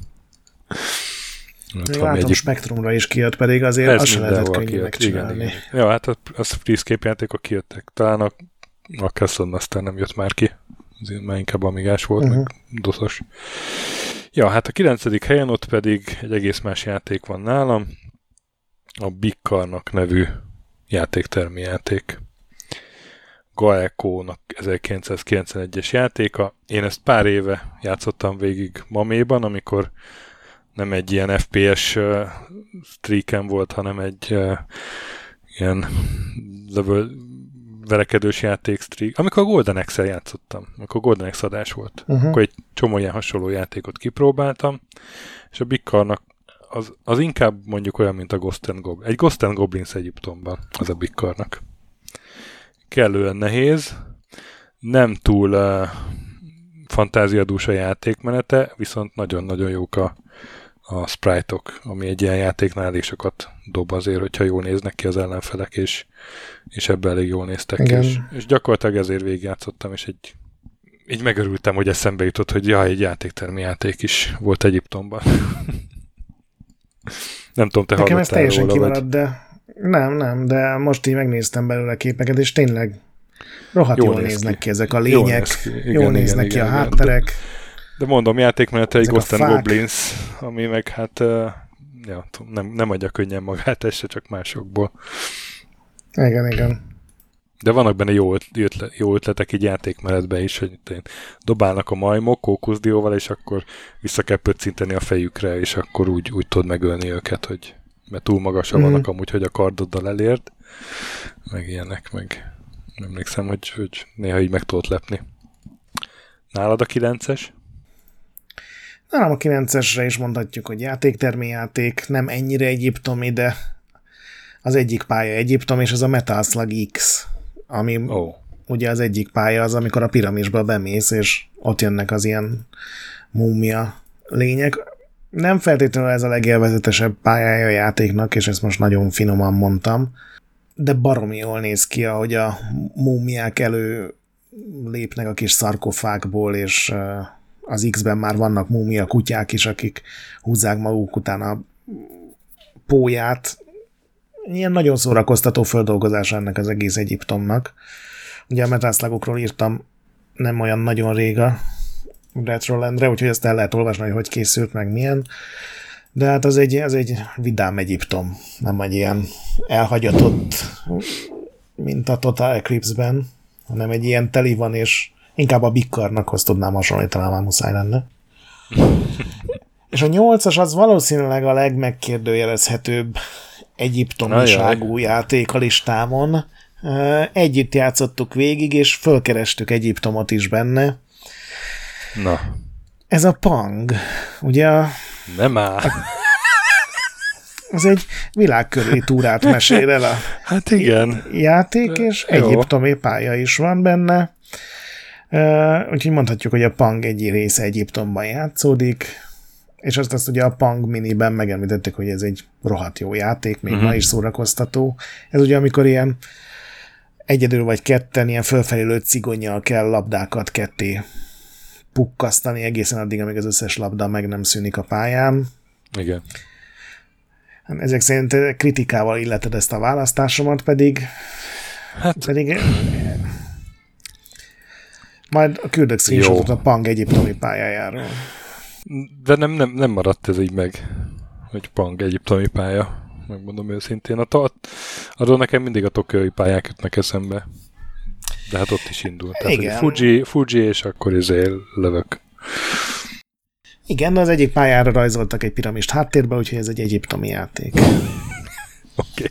Speaker 2: Látom, Spektrumra is kijött, pedig azért azt sem lehetett könnyű megcsinálni. Igen.
Speaker 1: Ja, hát az Freescape játékok kijöttek. Talán a Castle Master nem jött már ki. Azért már inkább Amigás volt, meg doszos. Ja, hát a 9. helyen ott pedig egy egész más játék van nálam. A Big Car-nak nevű játéktermi játék. Gaeko-nak 1991-es játéka. Én ezt pár éve játszottam végig Maméban, amikor nem egy ilyen FPS streaken volt, hanem egy ilyen verekedős játék streak. Amikor a Golden Axe-el játszottam, amikor a Golden Axe adás volt, akkor egy csomó ilyen hasonló játékot kipróbáltam, és a Big Car-nak az inkább mondjuk olyan, mint a Ghost and Goblins. Egy Ghost and Goblins Egyiptomban az a Big Car-nak. Kellően nehéz, nem túl fantáziadús a játékmenete, viszont nagyon-nagyon jók a sprite-ok, ami egy ilyen játéknál elég sokat dob azért, hogyha jól néznek ki az ellenfelek, és ebben elég jól néztek ki. És gyakorlatilag ezért végigjátszottam, és így megörültem, hogy eszembe jutott, hogy egy játéktermi játék is volt Egyiptomban. Nem tudom, te
Speaker 2: nekem
Speaker 1: hallgattál
Speaker 2: ez teljesen
Speaker 1: róla,
Speaker 2: kimaradt, de nem, de most így megnéztem belőle képeket, és tényleg Rohadt jól néznek ki ezek a lények, jól néznek ki a hátterek.
Speaker 1: De mondom, játékmenetre egy Ghost and
Speaker 2: fák.
Speaker 1: Goblins, ami meg hát nem adja könnyen magát, ez se csak másokból.
Speaker 2: Igen.
Speaker 1: De vannak benne jó ötletek így játékmenetben is, hogy dobálnak a majmok kókuszdióval, és akkor vissza kell pöccinteni a fejükre, és akkor úgy tudod megölni őket, hogy mert túl magasan vannak amúgy, hogy a kardoddal elérd. Meg ilyenek, meg emlékszem, hogy néha így meg tudod lepni. Nálad a 9-es?
Speaker 2: Nálam a 9-esre is mondhatjuk, hogy játéktermi játék, nem ennyire egyiptomi, de az egyik pálya Egyiptom, és ez a Metal Slug X, ami ugye az egyik pálya az, amikor a piramisba bemész, és ott jönnek az ilyen múmia lények. Nem feltétlenül ez a legélvezetesebb pályája a játéknak, és ezt most nagyon finoman mondtam, de baromi jól néz ki, ahogy a múmiák elő lépnek a kis szarkofágból, és az X-ben már vannak múmia kutyák is, akik húzzák maguk után a pólyát. Ilyen nagyon szórakoztató földolgozása ennek az egész Egyiptomnak. Ugye a Metal Slugokról írtam nem olyan nagyon rég a Retrolandre, úgyhogy ezt el lehet olvasni, hogy készült, meg milyen. De hát az egy vidám Egyiptom, nem egy ilyen elhagyatott, mint a Total Eclipse-ben, hanem egy ilyen teli van, és inkább a Bikkarnakhoz tudnám hasonlítani, már muszáj lenne. És a 8-as az valószínűleg a legmegkérdőjelezhetőbb egyiptomiságú játék a listámon. Együtt játszottuk végig, és fölkerestük Egyiptomot is benne.
Speaker 1: Na.
Speaker 2: Ez a Pang. Ugye
Speaker 1: nem áll.
Speaker 2: Ez egy világkörüli túrát mesél el a
Speaker 1: hát igen.
Speaker 2: Játék, és egyiptomi pálya is van benne. Úgyhogy mondhatjuk, hogy a Pang egy része Egyiptomban játszódik, és azt ugye a Pang miniben megemlítettük, hogy ez egy rohadt jó játék, még ma is szórakoztató. Ez ugye amikor ilyen egyedül vagy ketten ilyen fölfelé cigonnyal kell labdákat ketté pukkasztani egészen addig, amíg az összes labda meg nem szűnik a pályán.
Speaker 1: Igen.
Speaker 2: Ezek szerint kritikával illeted ezt a választásomat, pedig majd küldök screenshotot a Pang egyiptomi pályájáról.
Speaker 1: De nem maradt ez így meg, hogy Pang egyiptomi pálya, megmondom őszintén. Arról nekem mindig a tokiói pályák jutnak eszembe. De hát ott is indult. Tehát, Fuji, és akkor lövök.
Speaker 2: Igen, de az egyik pályára rajzoltak egy piramist háttérbe, úgyhogy ez egy egyiptomi játék.
Speaker 1: Oké.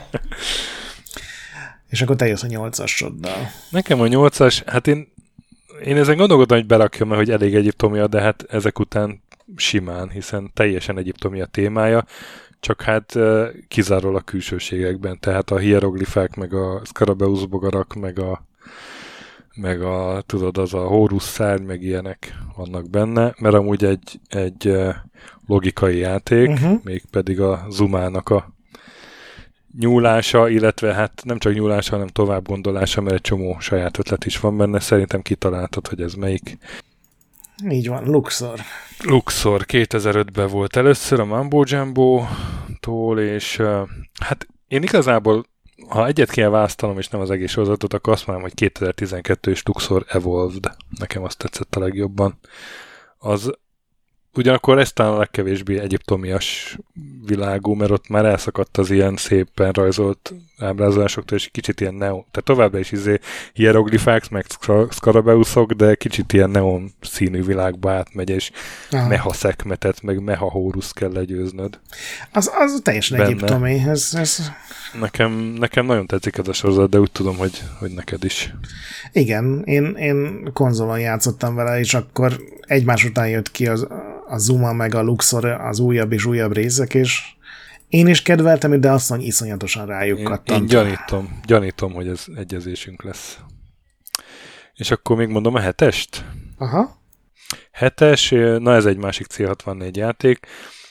Speaker 2: És akkor te jössz a 8-asoddal.
Speaker 1: Nekem a 8-as, hát én ezen gondolkodom, hogy berakjam, mert hogy elég egyiptomia, de hát ezek után simán, hiszen teljesen egyiptomia témája, csak hát kizárólag a külsőségekben, tehát a hieroglifák, meg a Scarabeus bogarak, meg tudod, az a Horus szárny, meg ilyenek vannak benne, mert amúgy egy logikai játék, mégpedig a Zumának a nyúlása, illetve hát nem csak nyúlása, hanem tovább gondolása, mert egy csomó saját ötlet is van benne. Szerintem kitaláltad, hogy ez melyik.
Speaker 2: Így van, Luxor.
Speaker 1: Luxor 2005-ben volt először a Mambo Jumbo-tól, és hát én igazából, ha egyet kell választanom, és nem az egész sorozatot, akkor azt mondom, hogy 2012 és Luxor Evolved. Nekem azt tetszett a legjobban. Ugyanakkor ez talán a legkevésbé egyiptomias világú, mert ott már elszakadt az ilyen szépen rajzolt ábrázolásoktól, és kicsit ilyen neon, tehát továbbra is hieroglifák, meg szkarabeusok, de kicsit ilyen neon színű világba átmegy, és meha szekmetet, meg meha hóruszt kell legyőznöd.
Speaker 2: Az teljesen egyiptomi.
Speaker 1: Nekem nagyon tetszik ez a sorozat, de úgy tudom, hogy neked is.
Speaker 2: Igen, én konzolon játszottam vele, és akkor egymás után jött ki a Zuma meg a Luxor, az újabb és újabb részek, és én is kedveltem, de azt mondom, iszonyatosan rájuk kattant.
Speaker 1: Én gyanítom, hogy ez egyezésünk lesz. És akkor még mondom a 7-est?
Speaker 2: Aha.
Speaker 1: 7-es, na ez egy másik C64 játék.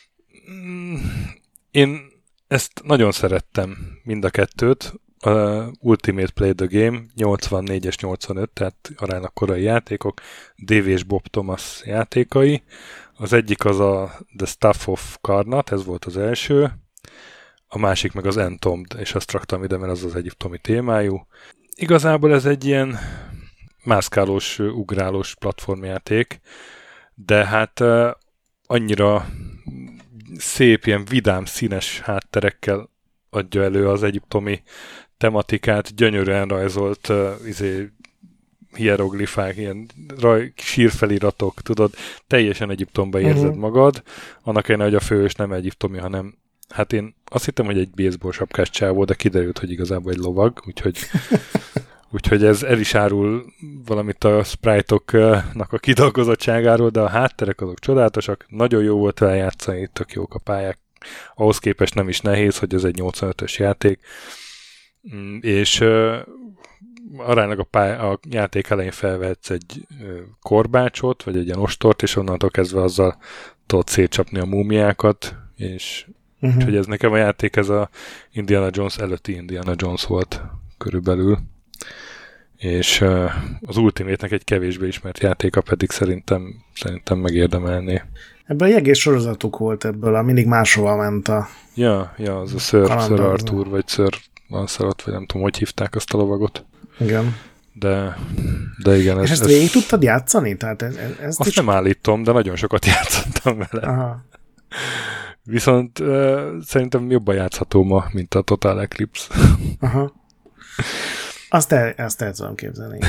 Speaker 1: Én ezt nagyon szerettem, mind a kettőt. Ultimate Play the Game, 84-es 85, tehát aránylag korai játékok, Dave és Bob Thomas játékai. Az egyik az a The Stuff of Karnat, ez volt az első, a másik meg az Entombed, és azt raktam ide, mert az egyiptomi témájú. igazából ez egy ilyen mászkálós, ugrálós platformjáték, de hát annyira szép, ilyen vidám, színes hátterekkel adja elő az egyiptomi tematikát, gyönyörűen rajzolt hieroglifák, ilyen sírfeliratok, tudod, teljesen Egyiptomba érzed magad, annak ellenére, hogy a főhős nem egyiptomi, hanem hát én azt hittem, hogy egy baseball sapkás csávó, de kiderült, hogy igazából egy lovag, úgyhogy ez el is árul valamit a sprite-oknak a kidolgozottságáról, de a hátterek azok csodálatosak, nagyon jó volt vele játszani, tök jók a pályák. Ahhoz képest nem is nehéz, hogy ez egy 85-ös játék, és aránylag a játék elején felvehetsz egy korbácsot, vagy egy ilyen ostort, és onnantól kezdve azzal tudod szétcsapni a múmiákat, és úgyhogy ez nekem a játék, ez a Indiana Jones előtti Indiana Jones volt körülbelül, és az Ultimate-nek egy kevésbé ismert játéka pedig szerintem megérdemelné.
Speaker 2: Ebből egy egész sorozatuk volt ebből, mindig máshova ment a...
Speaker 1: Ja, az a Sir Arthur, vagy Sir Lancelot, vagy nem tudom, hogy hívták azt a lovagot.
Speaker 2: Igen.
Speaker 1: De igen.
Speaker 2: És ezt végig tudtad játszani? Tehát
Speaker 1: azt nem állítom, de nagyon sokat játszottam vele.
Speaker 2: Aha.
Speaker 1: Viszont szerintem jobban játszható ma, mint a Total Eclipse.
Speaker 2: Aha. Azt el tudom képzelni.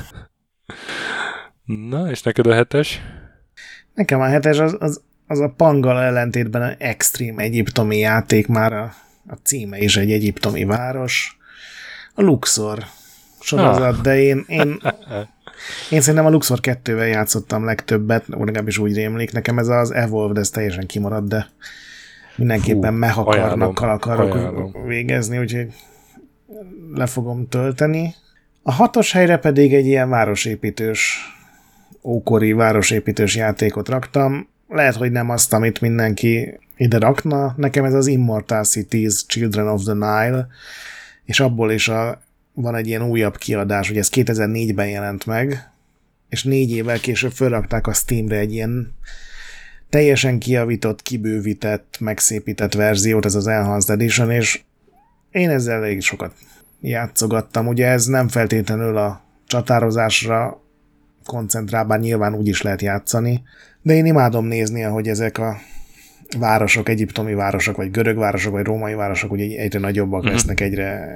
Speaker 1: Na, és neked a 7-es?
Speaker 2: Nekem a 7-es az a Pangala ellentétben egy extrém egyiptomi játék, már a címe is egy egyiptomi város. A Luxor sorozat, de én szerintem a Luxor 2-vel játszottam legtöbbet, legalábbis úgy rémlik. Nekem ez az Evolved, ez teljesen kimaradt, de mindenképpen mehakarnakkal akarok végezni, úgyhogy le fogom tölteni. A 6-os helyre pedig egy ilyen városépítős, ókori városépítős játékot raktam. Lehet, hogy nem azt, amit mindenki ide rakna. Nekem ez az Immortal Cities Children of the Nile, és abból is van egy ilyen újabb kiadás, hogy ez 2004-ben jelent meg, és 4 évvel később felrakták a Steamre egy ilyen teljesen kijavított, kibővített, megszépített verziót, ez az Enhanced Edition, és én ezzel elég sokat játszogattam. Ugye ez nem feltétlenül a csatározásra koncentrál, bár nyilván úgy is lehet játszani, de én imádom nézni, ahogy ezek a városok, egyiptomi városok, vagy görög városok, vagy római városok ugye egyre nagyobbak lesznek, egyre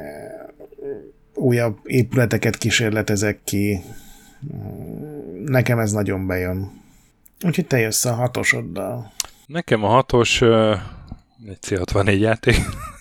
Speaker 2: újabb épületeket kísérletezek ki. Nekem ez nagyon bejön. Úgyhogy te jössz a 6-osoddal.
Speaker 1: Nekem a 6-os egy C64 játék.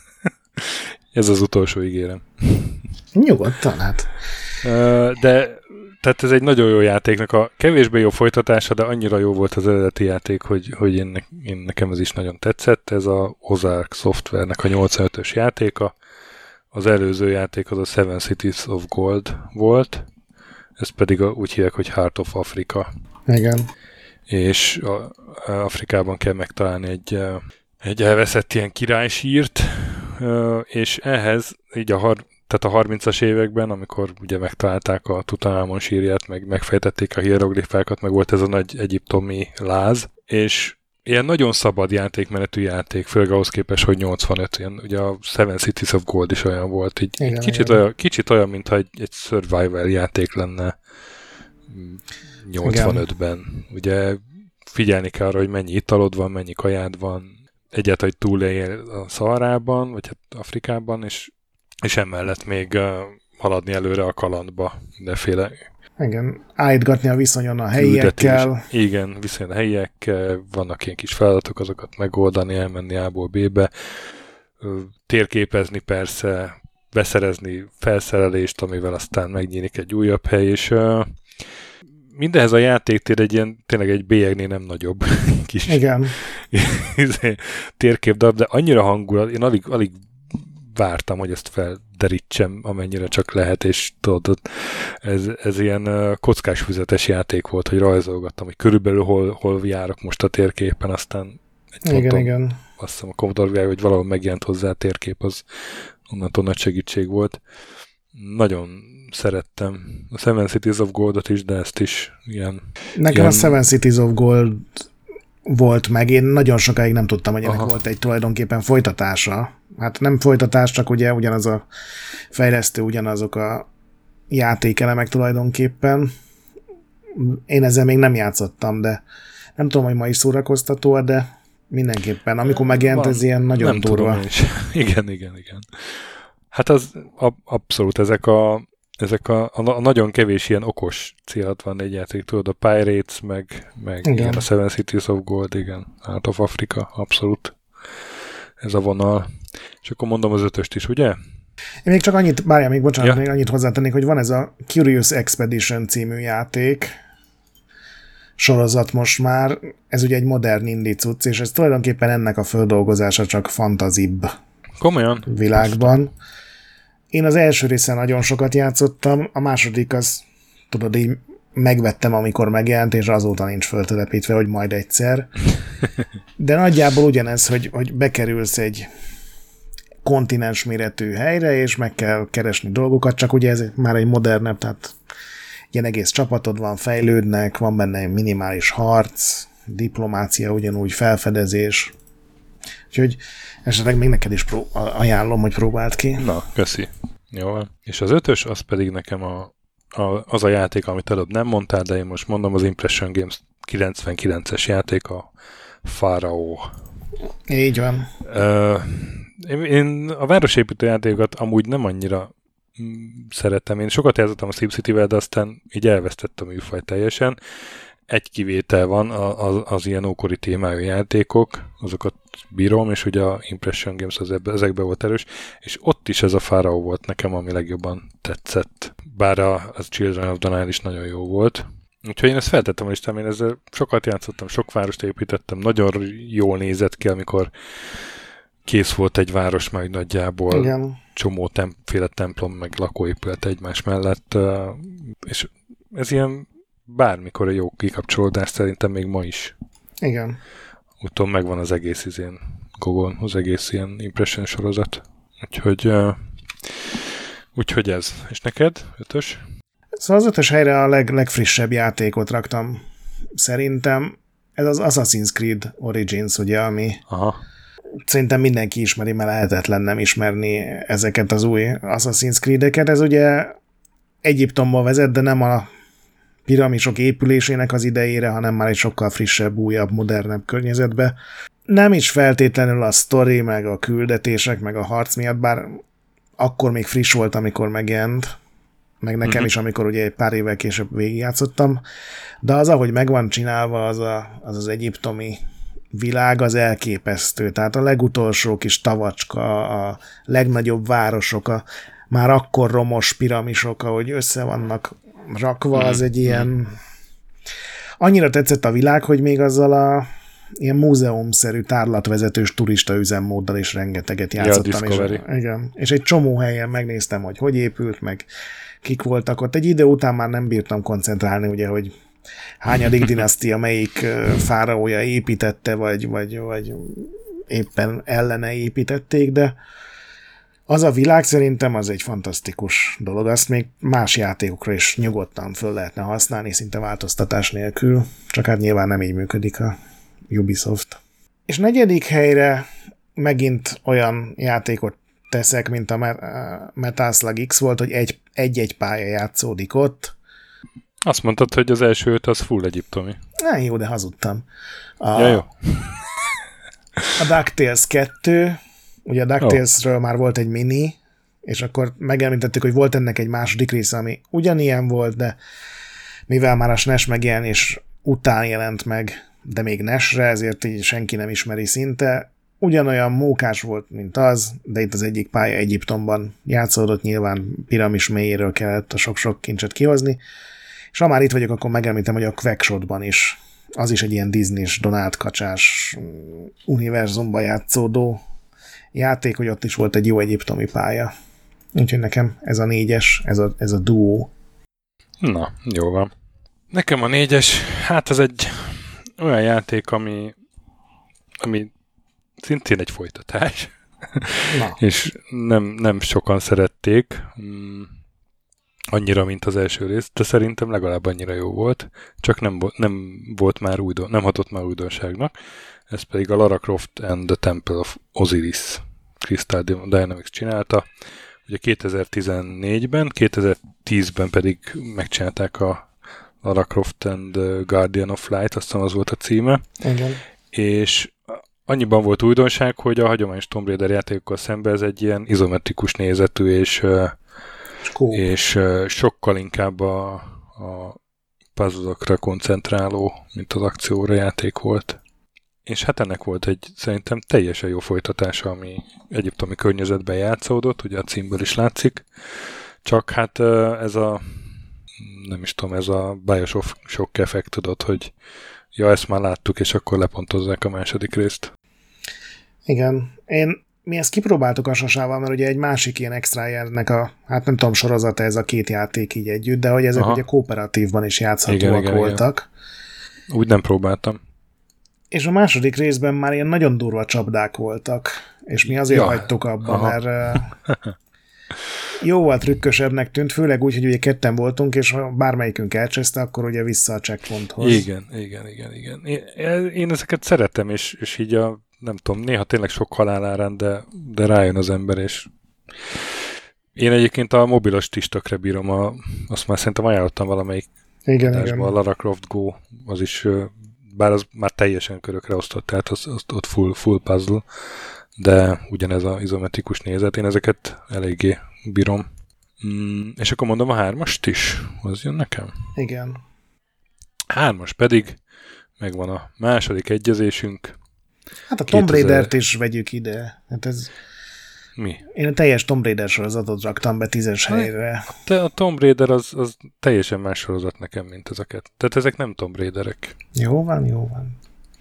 Speaker 1: Ez az utolsó, ígérem.
Speaker 2: Nyugodtan, hát.
Speaker 1: De tehát ez egy nagyon jó játéknak a kevésbé jó folytatása, de annyira jó volt az eredeti játék, hogy nekem ez is nagyon tetszett. Ez a Ozark Software-nek a 85-ös játéka. Az előző játék az a Seven Cities of Gold volt. Ez pedig úgy hívják, hogy Heart of Africa.
Speaker 2: Igen.
Speaker 1: És Afrikában kell megtalálni egy elveszett ilyen királysírt, és ehhez így tehát a 30-as években, amikor ugye megtalálták a Tutankamon sírját, megfejtették a hieroglifákat, meg volt ez a nagy egyiptomi láz, és ilyen nagyon szabad játékmenetű játék, főleg ahhoz képest, hogy 85, ilyen, ugye a Seven Cities of Gold is olyan volt, így igen, kicsit olyan, mintha egy survival játék lenne 85-ben. Igen. Ugye figyelni kell arra, hogy mennyi italod van, mennyi kajád van, egyáltalán, hogy túléljél a Szaharában, vagy hát Afrikában, és emellett még haladni előre a kalandba, mindenféle.
Speaker 2: Igen, állítgatni a viszonyon a helyiekkel.
Speaker 1: Igen, viszonyon a helyiekkel, vannak ilyen kis feladatok, azokat megoldani, elmenni A-ból B-be, térképezni persze, beszerezni felszerelést, amivel aztán megnyílik egy újabb hely, és mindenhez a játéktér tényleg egy bélyegnél nem nagyobb kis térképdarab, de annyira hangulat, én alig vártam, hogy ezt felderítsem, amennyire csak lehet, és tudod, ez ilyen kockás füzetes játék volt, hogy rajzolgattam, hogy körülbelül hol járok most a térképen, aztán egy
Speaker 2: igen.
Speaker 1: Azt hiszem a Commodore, hogy valahol megjelent hozzá a térkép, az onnantól nagy segítség volt. Nagyon szerettem a Seven Cities of Goldot is, de ezt is ilyen...
Speaker 2: Nekem a Seven Cities of Gold volt meg, én nagyon sokáig nem tudtam, hogy ennek volt egy tulajdonképpen folytatása. Hát nem folytatás, csak ugye ugyanaz a fejlesztő, ugyanazok a játékelemek tulajdonképpen. Én ezzel még nem játszottam, de nem tudom, hogy ma is szórakoztató, de mindenképpen, amikor megjelent, ez ilyen nagyon
Speaker 1: nem
Speaker 2: durva.
Speaker 1: Tudom is. Igen. Hát az abszolút ezek a nagyon kevés ilyen okos célat van egy játék, tudod, a Pirates, meg igen, a Seven Cities of Gold, igen, Out of Africa, abszolút ez a vonal. És akkor mondom az 5-öst is, ugye?
Speaker 2: Én még csak annyit, még annyit hozzátennék, hogy van ez a Curious Expedition című játék, sorozat most már, ez ugye egy modern indie cucc, és ez tulajdonképpen ennek a földolgozása csak fantazibb
Speaker 1: komolyan
Speaker 2: világban. Én az első részen nagyon sokat játszottam, a második az, tudod, így megvettem, amikor megjelent, és azóta nincs föltelepítve, hogy majd egyszer. De nagyjából ugyanez, hogy bekerülsz egy kontinens méretű helyre, és meg kell keresni dolgokat, csak ugye ez már egy modernebb, tehát ilyen egész csapatod van, fejlődnek, van benne egy minimális harc, diplomácia, ugyanúgy felfedezés. Úgyhogy esetleg még neked is ajánlom, hogy próbáld ki.
Speaker 1: Na, köszi. Jó van. És az 5-ös, az pedig nekem az a játék, amit előbb nem mondtál, de én most mondom, az Impression Games 99-es játék, a Pharaoh.
Speaker 2: Így van.
Speaker 1: Én a városépítő játékokat amúgy nem annyira szeretem. Én sokat játszottam a SimCity-vel, de aztán így elvesztettem a műfaj teljesen. Egy kivétel van, az ilyen ókori témájú játékok, azokat bírom, és ugye a Impression Games ezekben volt erős, és ott is ez a Pharaoh volt nekem, ami legjobban tetszett. Bár a Children of the Nile is nagyon jó volt. Úgyhogy én ezt feltettem a listám, én ezzel sokat játszottam, sok várost építettem, nagyon jól nézett ki, amikor kész volt egy város majd nagyjából.
Speaker 2: Igen.
Speaker 1: Csomó féle templom, meg lakóépület egymás mellett, és ez ilyen bármikor egy jó kikapcsolódás szerintem még ma is.
Speaker 2: Igen.
Speaker 1: Úton megvan az egész Gogon, az egész ilyen Impression sorozat. Úgyhogy ez. És neked? 5-ös?
Speaker 2: Szóval az 5-ös helyre a legfrissebb játékot raktam. Szerintem ez az Assassin's Creed Origins, ugye, ami szerintem mindenki ismeri, mert lehetetlen nem ismerni ezeket az új Assassin's Creed-eket. Ez ugye Egyiptomba vezet, de nem a piramisok épülésének az idejére, hanem már egy sokkal frissebb, újabb, modernebb környezetbe. Nem is feltétlenül a sztori, meg a küldetések, meg a harc miatt, bár akkor még friss volt, amikor megjelent, meg nekem is, amikor ugye egy pár évvel később végigjátszottam, de az, ahogy meg van csinálva, az egyiptomi világ, az elképesztő. Tehát a legutolsó kis tavacska, a legnagyobb városok, a már akkor romos piramisok, ahogy össze vannak rakva, az egy ilyen... Annyira tetszett a világ, hogy még azzal a ilyen múzeumszerű tárlatvezetős turista üzemmóddal is rengeteget játszottam. Igen. És egy csomó helyen megnéztem, hogy épült, meg kik voltak ott. Egy idő után már nem bírtam koncentrálni, ugye, hogy hányadik dinasztia, melyik fáraója építette, vagy éppen ellene építették, de az a világ szerintem az egy fantasztikus dolog. Azt még más játékokra is nyugodtan föl lehetne használni, szinte változtatás nélkül, csak hát nyilván nem így működik a Ubisoft. És 4. helyre megint olyan játékot teszek, mint a Metal Slug X volt, hogy egy pálya játszódik ott.
Speaker 1: Azt mondtad, hogy az első 5 az full egyiptomi.
Speaker 2: Jó, de hazudtam.
Speaker 1: Jó.
Speaker 2: A DuckTales 2, ugye a DuckTales-ről már volt egy mini, és akkor megemlítettük, hogy volt ennek egy második része, ami ugyanilyen volt, de mivel már a SNES megjelenés után jelent meg, de még NES-re, ezért így senki nem ismeri szinte. Ugyanolyan mókás volt, mint az, de itt az egyik pálya Egyiptomban játszódott, nyilván piramis mélyéről kellett a sok-sok kincset kihozni, és ha már itt vagyok, akkor megemlítem, hogy a Quackshotban is, az is egy ilyen Disney-s, Donald kacsás univerzumban játszódó játék, hogy ott is volt egy jó egyiptomi pálya. Úgyhogy nekem ez a 4-es, ez a duó.
Speaker 1: Na, jó van. Nekem a 4-es, hát ez egy olyan játék, ami szintén egy folytatás. És nem sokan szerették annyira, mint az első rész, de szerintem legalább annyira jó volt, csak nem hatott már újdonságnak. Ez pedig a Lara Croft and the Temple of Osiris Crystal Dynamics csinálta. ugye 2014-ben, 2010-ben pedig megcsinálták a Lara Croft and Guardian of Light, aztán az volt a címe.
Speaker 2: Igen.
Speaker 1: És annyiban volt újdonság, hogy a hagyományos Tomb Raider játékokkal szemben ez egy ilyen izometrikus nézetű, és sokkal inkább a puzzle-okra koncentráló, mint az akcióra játék volt. És hát ennek volt egy szerintem teljesen jó folytatása, ami egyiptomi környezetben játszódott, ugye a címből is látszik, csak hát ez a Bioshock effekt, tudod, hogy ja, ezt már láttuk, és akkor lepontozzák a második részt.
Speaker 2: Igen. Mi ezt kipróbáltuk a Sasával, mert ugye egy másik ilyen extra-jernek hát nem tudom, sorozata ez a két játék így együtt, de hogy ezek ugye kooperatívban is játszhatóak voltak.
Speaker 1: Igen. Úgy nem próbáltam.
Speaker 2: És a második részben már ilyen nagyon durva csapdák voltak, és mi azért hagytuk abba, mert jóval trükkösebbnek tűnt, főleg úgy, hogy ugye ketten voltunk, és ha bármelyikünk elcseszte, akkor ugye vissza a checkpointhoz.
Speaker 1: Igen. Én ezeket szeretem, és így nem tudom, néha tényleg sok halál árán, de rájön az ember, és én egyébként a mobilos is tökre bírom, azt már szerintem ajánlottam valamelyik adásban, a Lara Croft Go, az is, bár az már teljesen körökre osztott, tehát ott full puzzle, de ugyanez az izometrikus nézet, én ezeket eléggé bírom. És akkor mondom a 3-ast is, az jön nekem?
Speaker 2: Igen.
Speaker 1: 3-as pedig megvan a második egyezésünk.
Speaker 2: Hát a Tomb Raider-t is vegyük ide. Hát ez...
Speaker 1: Mi?
Speaker 2: Én a teljes Tomb Raider sorozatot raktam be 10-es helyre.
Speaker 1: A Tomb Raider az teljesen más sorozat nekem, mint ezeket. Tehát ezek nem Tomb Raiderek.
Speaker 2: Jó van.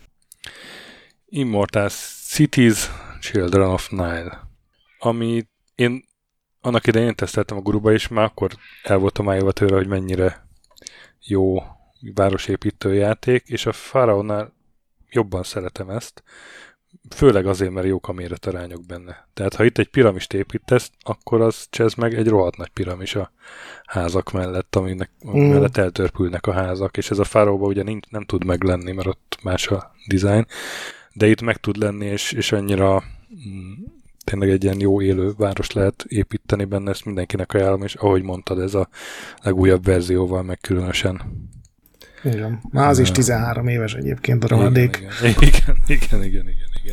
Speaker 1: Immortal Cities, Children of Nile. Ami én annak idején teszteltem a guruba, és már akkor el voltam állva tőle, hogy mennyire jó városépítő játék, és a Pharaohnál jobban szeretem ezt, főleg azért, mert jók a méretarányok benne. Tehát ha itt egy piramist építesz, akkor az csesz meg egy rohadt nagy piramis a házak mellett, ami mellett eltörpülnek a házak, és ez a Pharaohban ugye nem tud meglenni, mert ott más a design, de itt meg tud lenni, és annyira tényleg egy ilyen jó élő város lehet építeni benne, ezt mindenkinek ajánlom, és ahogy mondtad, ez a legújabb verzióval meg különösen.
Speaker 2: Igen. Már az is 13 éves egyébként a rohadék.
Speaker 1: Igen.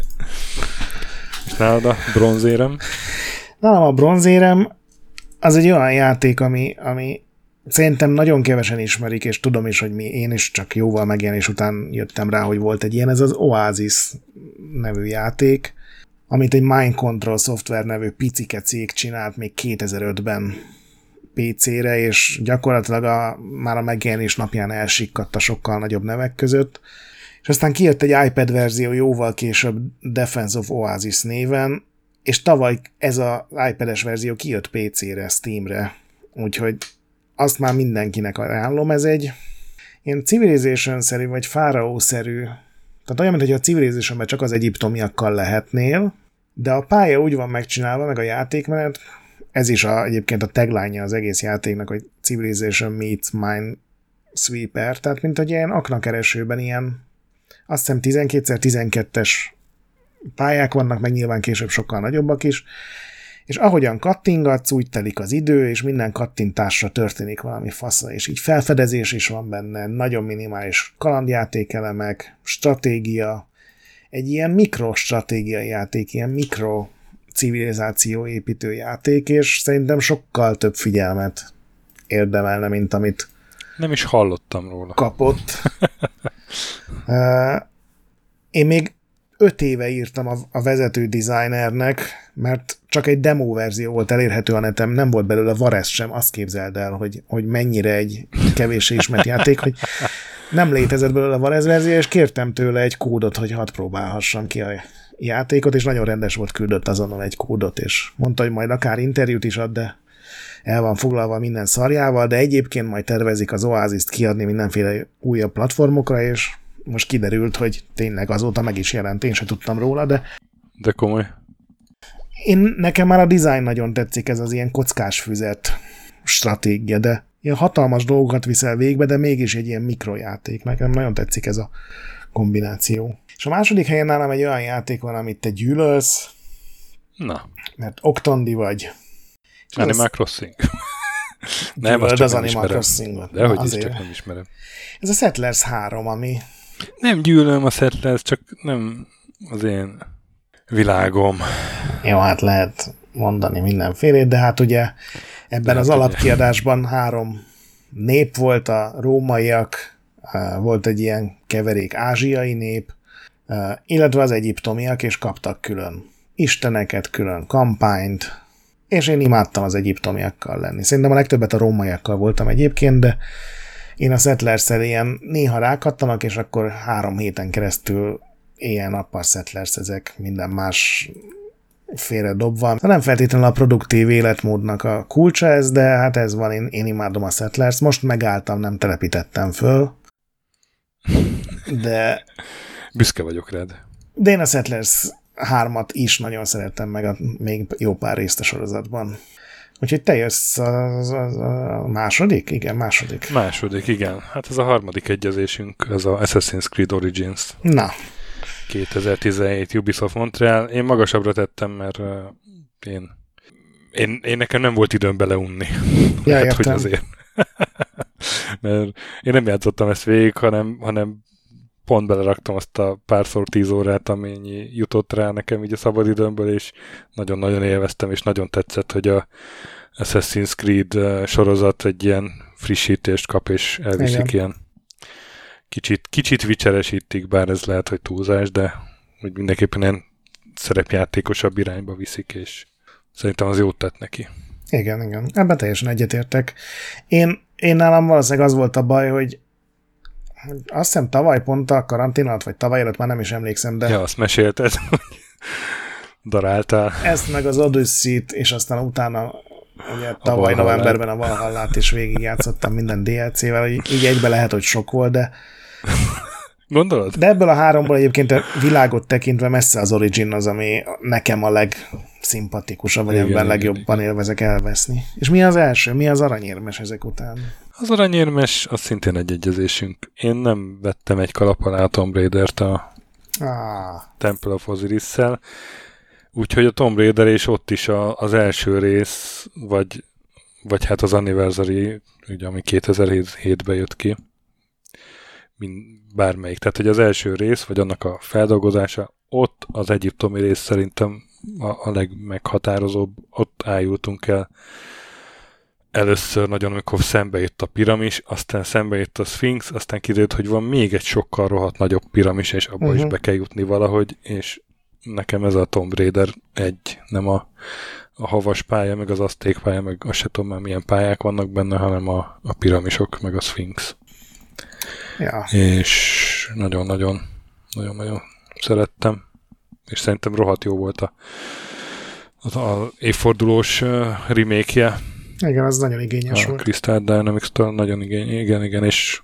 Speaker 1: És nálad a bronzérem?
Speaker 2: Nálam a bronzérem az egy olyan játék, ami szerintem nagyon kevesen ismerik, és tudom is, hogy én is csak jóval megjelenés után jöttem rá, hogy volt egy ilyen, ez az Oasis nevű játék, amit egy Mind Control Software nevű picike cég csinált még 2005-ben PC-re, és gyakorlatilag már a megjelenés napján elsikkadt a sokkal nagyobb nevek között. És aztán kijött egy iPad verzió jóval később Defense of Oasis néven, és tavaly ez az iPad-es verzió kijött PC-re, Steamre. Úgyhogy azt már mindenkinek ajánlom, ez egy ilyen Civilization-szerű, vagy Pharaoh-szerű, tehát olyan, mintha a Civilization-ben csak az egyiptomiakkal lehetnél, de a pálya úgy van megcsinálva, meg a játékmenet, ez is egyébként a tagline-ja az egész játéknak, hogy Civilization meets Minesweeper, tehát mint hogy ilyen aknakeresőben ilyen, azt hiszem 12x12-es pályák vannak, meg nyilván később sokkal nagyobbak is, és ahogyan kattingatsz, úgy telik az idő, és minden kattintásra történik valami fasza, és így felfedezés is van benne, nagyon minimális kalandjátékelemek, stratégia, egy ilyen mikrostratégiai játék, ilyen mikro civilizáció építő játék, és szerintem sokkal több figyelmet érdemelne, mint amit
Speaker 1: nem is hallottam róla.
Speaker 2: Kapott. Én még 5 éve írtam a vezető designernek, mert csak egy demo verzió volt elérhető a neten, nem volt belőle Varez sem, azt képzeld el, hogy mennyire egy kevéssé ismert játék, hogy nem létezett belőle Varez verzió, és kértem tőle egy kódot, hogy hadd próbálhassam ki a játékot, és nagyon rendes volt, küldött azonnal egy kódot, és mondta, hogy majd akár interjút is ad, de el van foglalva minden szarjával, de egyébként majd tervezik az Oasis-t kiadni mindenféle újabb platformokra, és most kiderült, hogy tényleg azóta meg is jelent, én se tudtam róla,
Speaker 1: de komoly.
Speaker 2: Nekem már a design nagyon tetszik, ez az ilyen kockás füzet stratégia, de ilyen hatalmas dolgokat viszel végbe, de mégis egy ilyen mikrojáték. Nekem nagyon tetszik ez a kombináció. És a második helyen nálam egy olyan játék van, amit te gyűlölsz,
Speaker 1: Na.
Speaker 2: mert oktondi vagy.
Speaker 1: Animal Crossing. Nem, azt
Speaker 2: az
Speaker 1: nem
Speaker 2: Animal
Speaker 1: ismerem.
Speaker 2: Crossing-ot.
Speaker 1: Dehogy is, csak nem ismerem.
Speaker 2: Ez a Settlers 3, ami...
Speaker 1: Nem gyűlöm a Settlers, csak nem az én világom.
Speaker 2: Jó, hát lehet mondani mindenfélét, de hát ugye ebben az alapkiadásban 3 nép volt, a rómaiak, volt egy ilyen keverék ázsiai nép, illetve az egyiptomiak, és kaptak külön isteneket, külön kampányt, és én imádtam az egyiptomiakkal lenni. Szerintem a legtöbbet a rómaiakkal voltam egyébként, de én a Settlers-szel ilyen néha rákattanak, és akkor 3 héten keresztül éjjel-nappal Settlers, ezek minden más félre dobva. Nem feltétlenül a produktív életmódnak a kulcsa ez, de hát ez van, én imádom a Settlers. Most megálltam, nem telepítettem föl, de...
Speaker 1: Büszke vagyok rád.
Speaker 2: De én a Settlers 3-at is nagyon szerettem, meg még jó pár részt a sorozatban. Úgyhogy te jössz a második? Igen, második.
Speaker 1: Második, igen. Hát ez a harmadik egyezésünk, ez a Assassin's Creed Origins.
Speaker 2: Na.
Speaker 1: 2017 Ubisoft Montreal. Én magasabbra tettem, mert én nekem nem volt időm beleunni.
Speaker 2: Ja,
Speaker 1: hát, hogy azért. Mert én nem játszottam ezt végig, hanem pont beleraktam azt a párszor 10 órát, amennyi jutott rá nekem így a szabadidőmből, és nagyon-nagyon élveztem, és nagyon tetszett, hogy a Assassin's Creed sorozat egy ilyen frissítést kap, és elviszik ilyen kicsit vicseresítik, bár ez lehet, hogy túlzás, de hogy mindenképpen ilyen szerepjátékosabb irányba viszik, és szerintem az jót tett neki.
Speaker 2: Igen. Ebben teljesen egyetértek. Én nálam valószínűleg az volt a baj, hogy azt hiszem tavaly pont a karantén alatt, vagy tavaly előtt, már nem is emlékszem, de...
Speaker 1: Ja, azt mesélted, hogy daráltál.
Speaker 2: Ezt meg az Odyssey-t, és aztán utána ugye tavaly novemberben a Valhallát is végigjátszottam minden DLC-vel, így egybe lehet, hogy sok volt, de...
Speaker 1: Gondolod?
Speaker 2: De ebből a 3-ból egyébként a világot tekintve messze az Origin az, ami nekem a legszimpatikusabb, vagy amiben legjobban élvezek elveszni. És mi az első? Mi az aranyérmes ezek után?
Speaker 1: Az aranyérmes, az szintén egy egyezésünk. Én nem vettem egy kalap alá a Tomb Raider-t a Temple of Osiris-szel, úgyhogy a Tomb Raider és ott is az első rész, vagy hát az Anniversary, ugye, ami 2007-ben jött ki, bármelyik. Tehát, hogy az első rész, vagy annak a feldolgozása, ott az egyiptomi rész szerintem a legmeghatározóbb, ott ájultunk el először nagyon, amikor szembe jött a piramis, aztán szembe jött a Sphinx, aztán kiderült, hogy van még egy sokkal rohadt nagyobb piramis, és abba is be kell jutni valahogy, és nekem ez a Tomb Raider nem a havas pálya, meg az azték pálya, meg azt se tudom már milyen pályák vannak benne, hanem a piramisok, meg a Sphinx.
Speaker 2: Ja.
Speaker 1: És nagyon-nagyon szerettem, és szerintem rohadt jó volt az évfordulós remake-je.
Speaker 2: Igen, az nagyon igényes volt.
Speaker 1: A Crystal Dynamics-től nagyon igen, és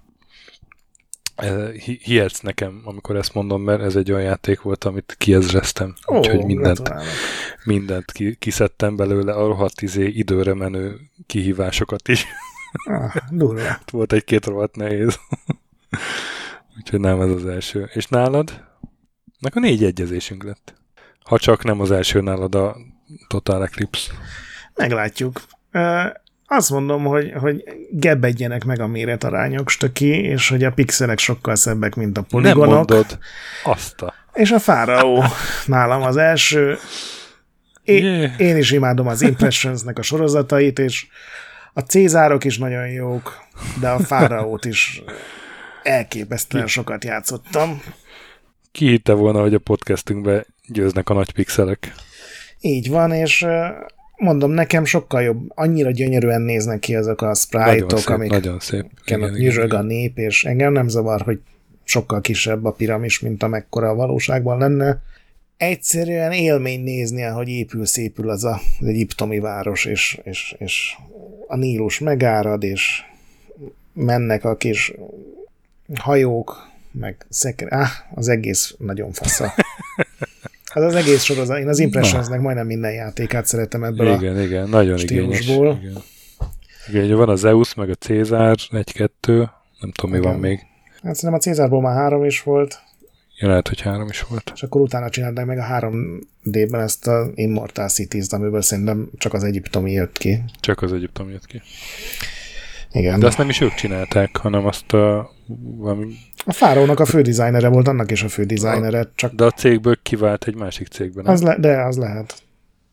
Speaker 1: hihetsz nekem, amikor ezt mondom, mert ez egy olyan játék volt, amit kiezreztem. Úgyhogy mindent kiszedtem belőle, a rohadt időre menő kihívásokat is.
Speaker 2: Durva.
Speaker 1: Volt egy-két rohadt nehéz. Úgyhogy nem ez az első. És nálad? Akkor 4 egyezésünk lett. Ha csak nem az első nálad a Total Eclipse.
Speaker 2: Meglátjuk. Azt mondom, hogy gebbedjenek meg a méretarányok, stöki, és hogy a pixelek sokkal szebbek, mint a poligonok.
Speaker 1: Nem mondod azt
Speaker 2: És a Fáraó nálam az első. Én is imádom az Impressionsnek a sorozatait, és a Cézárok is nagyon jók, de a Fáraót is elképesztően sokat játszottam.
Speaker 1: Ki hitte volna, hogy a podcastünkben győznek a nagy pixelek?
Speaker 2: Így van, és mondom, nekem sokkal jobb, annyira gyönyörűen néznek ki azok a sprite-ok,
Speaker 1: nagyon szép.
Speaker 2: Igen, nyüzsög a nép, és engem nem zavar, hogy sokkal kisebb a piramis, mint amekkora a valóságban lenne. Egyszerűen élmény nézni, ahogy épül-szépül az egyiptomi város, és a Nílus megárad, és mennek a kis hajók, meg az egész nagyon fasza. Hát az egész sorozat, én az Impressionsnek majdnem minden játékát szeretem ebből
Speaker 1: igen, nagyon
Speaker 2: stílusból.
Speaker 1: Igen, van a Zeus, meg a Cézár, 1-2, nem tudom, mi van még.
Speaker 2: Hát szerintem a Cézárból már 3 is volt.
Speaker 1: Ja, lehet, hogy 3 is volt.
Speaker 2: És akkor utána csinálták meg a 3D-ben ezt a Immortal Cities-t, amiből szerintem csak az egyiptomi jött ki.
Speaker 1: Csak az egyiptomi jött ki.
Speaker 2: Igen.
Speaker 1: De azt nem is ők csinálták, hanem azt valami...
Speaker 2: A Fárónak a fődesignere volt, annak is a fődesignere, csak...
Speaker 1: De a cégből kivált egy másik cégben.
Speaker 2: Az az lehet.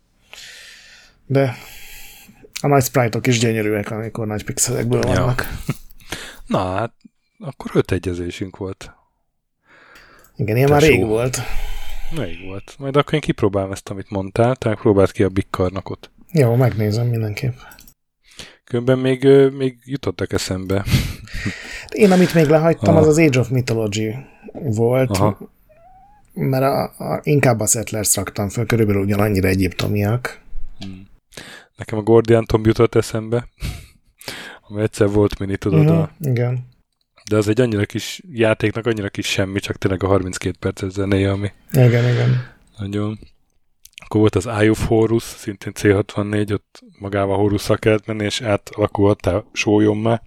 Speaker 2: De a nagy sprite-ok is gyönyörűek, amikor nagy pixelekből vannak.
Speaker 1: Na, hát akkor 5 egyezésünk volt.
Speaker 2: Igen, ilyen már rég volt.
Speaker 1: Rég volt. Majd akkor én kipróbálom ezt, amit mondtál, tehát próbáld ki a Big Karnakot.
Speaker 2: Jó, megnézem mindenképp.
Speaker 1: Különben még jutottak eszembe.
Speaker 2: Én, amit még lehagytam, az Age of Mythology volt,
Speaker 1: aha.
Speaker 2: Mert inkább a Settlers raktam föl, körülbelül ugyanannyira egyiptomiak.
Speaker 1: Nekem a Gordian Tomb jutott eszembe, ami egyszer volt mini, tudod.
Speaker 2: Igen.
Speaker 1: De az egy annyira kis játéknak, annyira kis semmi, csak tényleg a 32 perces zenéje, ami...
Speaker 2: Igen.
Speaker 1: Nagyon... Akkor volt az Eye of Horus, szintén C64, ott magával Horusszal kellett menni, és átalakulhattál sólyommá.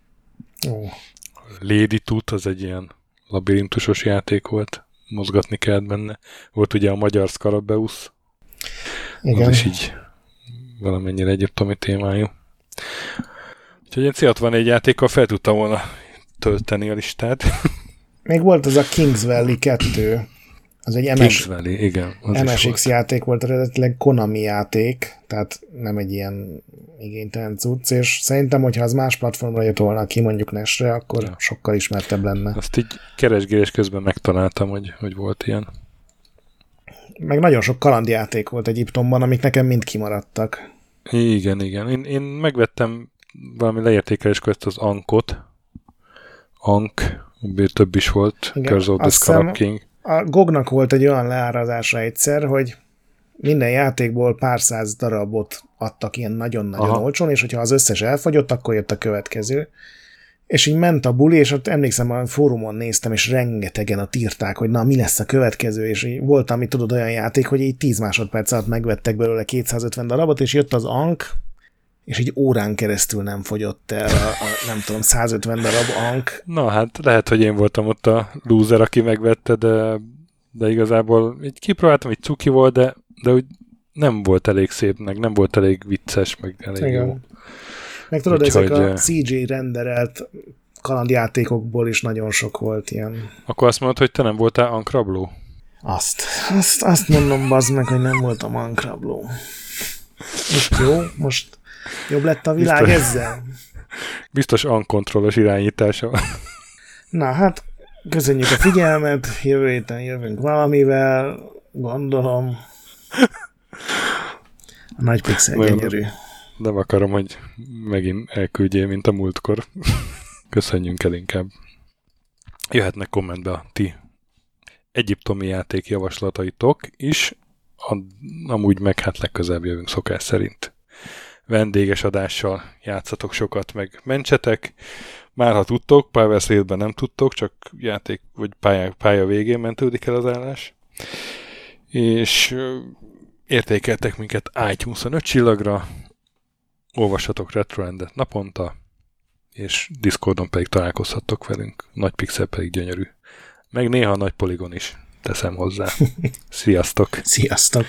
Speaker 1: Lady Tut, az egy ilyen labirintusos játék volt, mozgatni kellett benne. Volt ugye a magyar Scarabeus,
Speaker 2: igen.
Speaker 1: Az is így valamennyire egyiptomi témájú. Úgyhogy én C64 játékkal fel tudtam volna tölteni a listát.
Speaker 2: Még volt az a Kings Valley 2, az egy
Speaker 1: Kings Valley, igen.
Speaker 2: MSX játék volt, eredetileg Konami játék, tehát nem egy ilyen igénytelen cucc, és szerintem, hogyha az más platformra jött volna ki, mondjuk NES-re, akkor sokkal ismertebb lenne.
Speaker 1: Azt így keresgélés közben megtaláltam, hogy volt ilyen.
Speaker 2: Meg nagyon sok kalandjáték volt Egyiptomban, amik nekem mind kimaradtak.
Speaker 1: Igen. Én megvettem valami leértékeléskor ezt az Ankot. Ank, több is volt. Curse of the Scarab King.
Speaker 2: A GOG-nak volt egy olyan leárazása egyszer, hogy minden játékból pár száz darabot adtak ilyen nagyon-nagyon olcsón, és hogyha az összes elfogyott, akkor jött a következő. És így ment a buli, és ott emlékszem, a fórumon néztem, és rengetegen ott írták, hogy na, mi lesz a következő, és így volt, ami tudod, olyan játék, hogy így 10 másodperc alatt megvettek belőle 250 darabot, és jött az Ank, és így órán keresztül nem fogyott el nem tudom, 150 darab Ank.
Speaker 1: Na hát lehet, hogy én voltam ott a loser, aki megvette, de igazából így kipróbáltam, így cuki volt, de úgy nem volt elég szép, meg nem volt elég vicces, meg elég igen. Jó.
Speaker 2: Meg tudod, ezek a CG renderelt kalandjátékokból is nagyon sok volt ilyen.
Speaker 1: Akkor azt mondod, hogy te nem voltál Ankrabló?
Speaker 2: Azt mondom, bazd meg, hogy nem voltam Ankrabló. Most jó? Most jobb lett a világ ezzel?
Speaker 1: Biztos unkontrollos irányítása.
Speaker 2: Na hát, köszönjük a figyelmet, jövő héten jövünk valamivel, gondolom. A nagy pixel gyönyörű.
Speaker 1: Nem akarom, hogy megint elküldjél, mint a múltkor. Köszönjünk el inkább. Jöhetnek kommentbe a ti egyiptomi játék javaslataitok is, amúgy meg hát legközelebb jövünk szokás szerint. Vendéges adással játszatok sokat, meg mentsetek. Már ha tudtok, pályaveszélyben nem tudtok, csak játék vagy pálya végén mentődik el az állás. És értékeltek minket iTunes-on 5 csillagra, olvassatok Retroendet naponta, és Discordon pedig találkozhattok velünk. Nagy pixel pedig gyönyörű. Meg néha nagy poligon is teszem hozzá. Sziasztok!
Speaker 2: Sziasztok!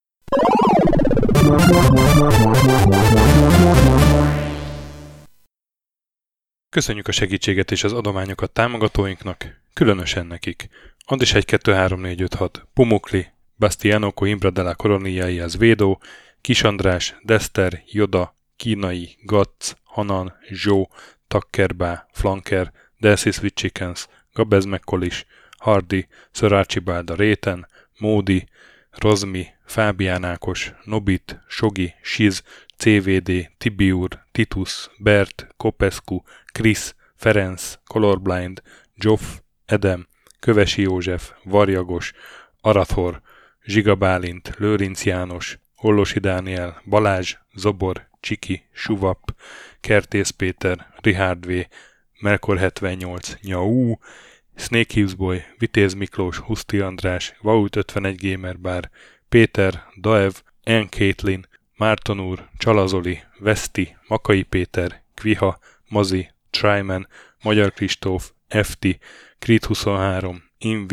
Speaker 1: Köszönjük a segítséget és az adományokat támogatóinknak, különösen nekik. Andis 1, 2, 3, 4, 5, 6, Pumukli, Bastiano Coimbra de la Coroniaiaz Védó, Kis András, Dester, Joda, Kínai, Gatz, Hanan, Zsó, Takkerbá, Flanker, Delcy Sweet Chickens, Gabez Mekkolis, Hardy, Sir Archibald a Réten, Módi, Rozmi, Fábián Ákos, Nobit, Sogi, Siz, CVD, Tibiur, Titus, Bert, Kopescu, Krisz, Ferenc, Colorblind, Zsoff, Edem, Kövesi József, Varjagos, Arathor, Zsiga Bálint, Lőrinc János, Hollosi Dániel, Balázs, Zobor, Csiki, Suvap, Kertész Péter, Richard V, Melkor 78, Nyau, Snake Hughes Vitéz Miklós, Huszti András, Vaut 51 Gamer Bar, Péter, Daev, N. Caitlin, Márton úr, Csalazoli, Veszti, Makai Péter, Kviha, Mazi, Tryman, Magyar Kristóf, FT, Creed 23, Invi,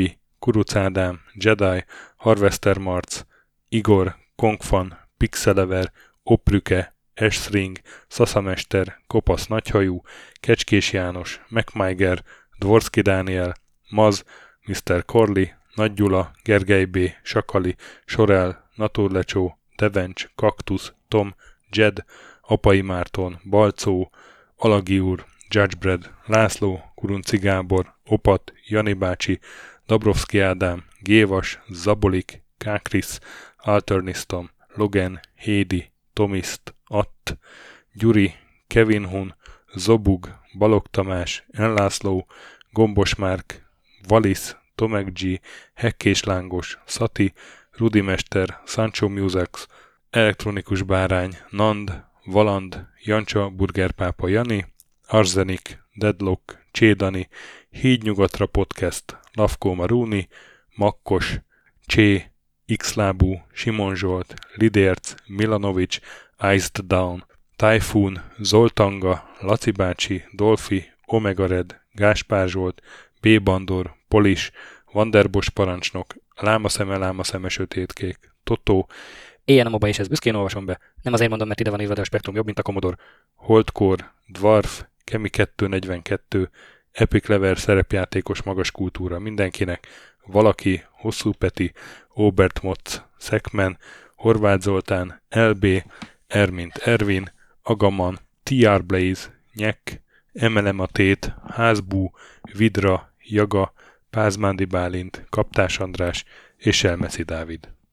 Speaker 1: Kuruc Ádám, Jedi, Harvester Marc, Igor, Kongfan, Pixelever, Oprüke, Esring, Szaszamester, Kopasz Nagyhajú, Kecskés János, MacMiger, Dvorski Dániel, Maz, Mr. Corley, Nagy Gyula, Gergely B., Sakali, Sorel, Naturlecsó, Devencs, Kaktusz, Tom, Jed, Apai Márton, Balcó, Alagi úr, Judgebred, László, Kurunci Gábor, Opat, Jani bácsi, Dabrowski Ádám, Gévas, Zabolik, Kákris, Alternisztom, Logan, Hédi, Tomiszt, Att, Gyuri, Kevin Hun, Zobug, Balog Tamás, Enlászló, Gombos Márk, Valisz, Tomek G, Hekkés Lángos, Szati, Rudimester, Sancho Musex, Elektronikus Bárány, Nand, Valand, Jancsa, Burgerpápa Jani, Arzenik, Deadlock, Csédani, Hídnyugatra Podcast, Lavkó Maruni, Makkos, Csé, Xlábú, Simon Zsolt, Lidérc, Milanovic, Iced Down, Typhoon, Zoltanga, Laci bácsi, Dolfi, Omega Red, Gáspár Zsolt, B. Bandor, Polis, Vanderbos parancsnok, Lámaszeme sötétkék, Totó,
Speaker 3: Éjjel a moba, és ezt büszkén olvasom be. Nem azért mondom, mert ide van írva, de a Spektrum jobb, mint a Commodore.
Speaker 1: Holdcore, Dwarf, Kemi 242, Epic Lever szerepjátékos magas kultúra mindenkinek, Valaki, Hosszú Peti, Óbert Motz, Szekmen, Horváth Zoltán, LB, Ermint Ervin, Agaman, TR Blaze, Nyek, Emelem a Tét, Házbú, Vidra, Jaga, Pázmándi Bálint, Kaptás András és Elmeszi Dávid.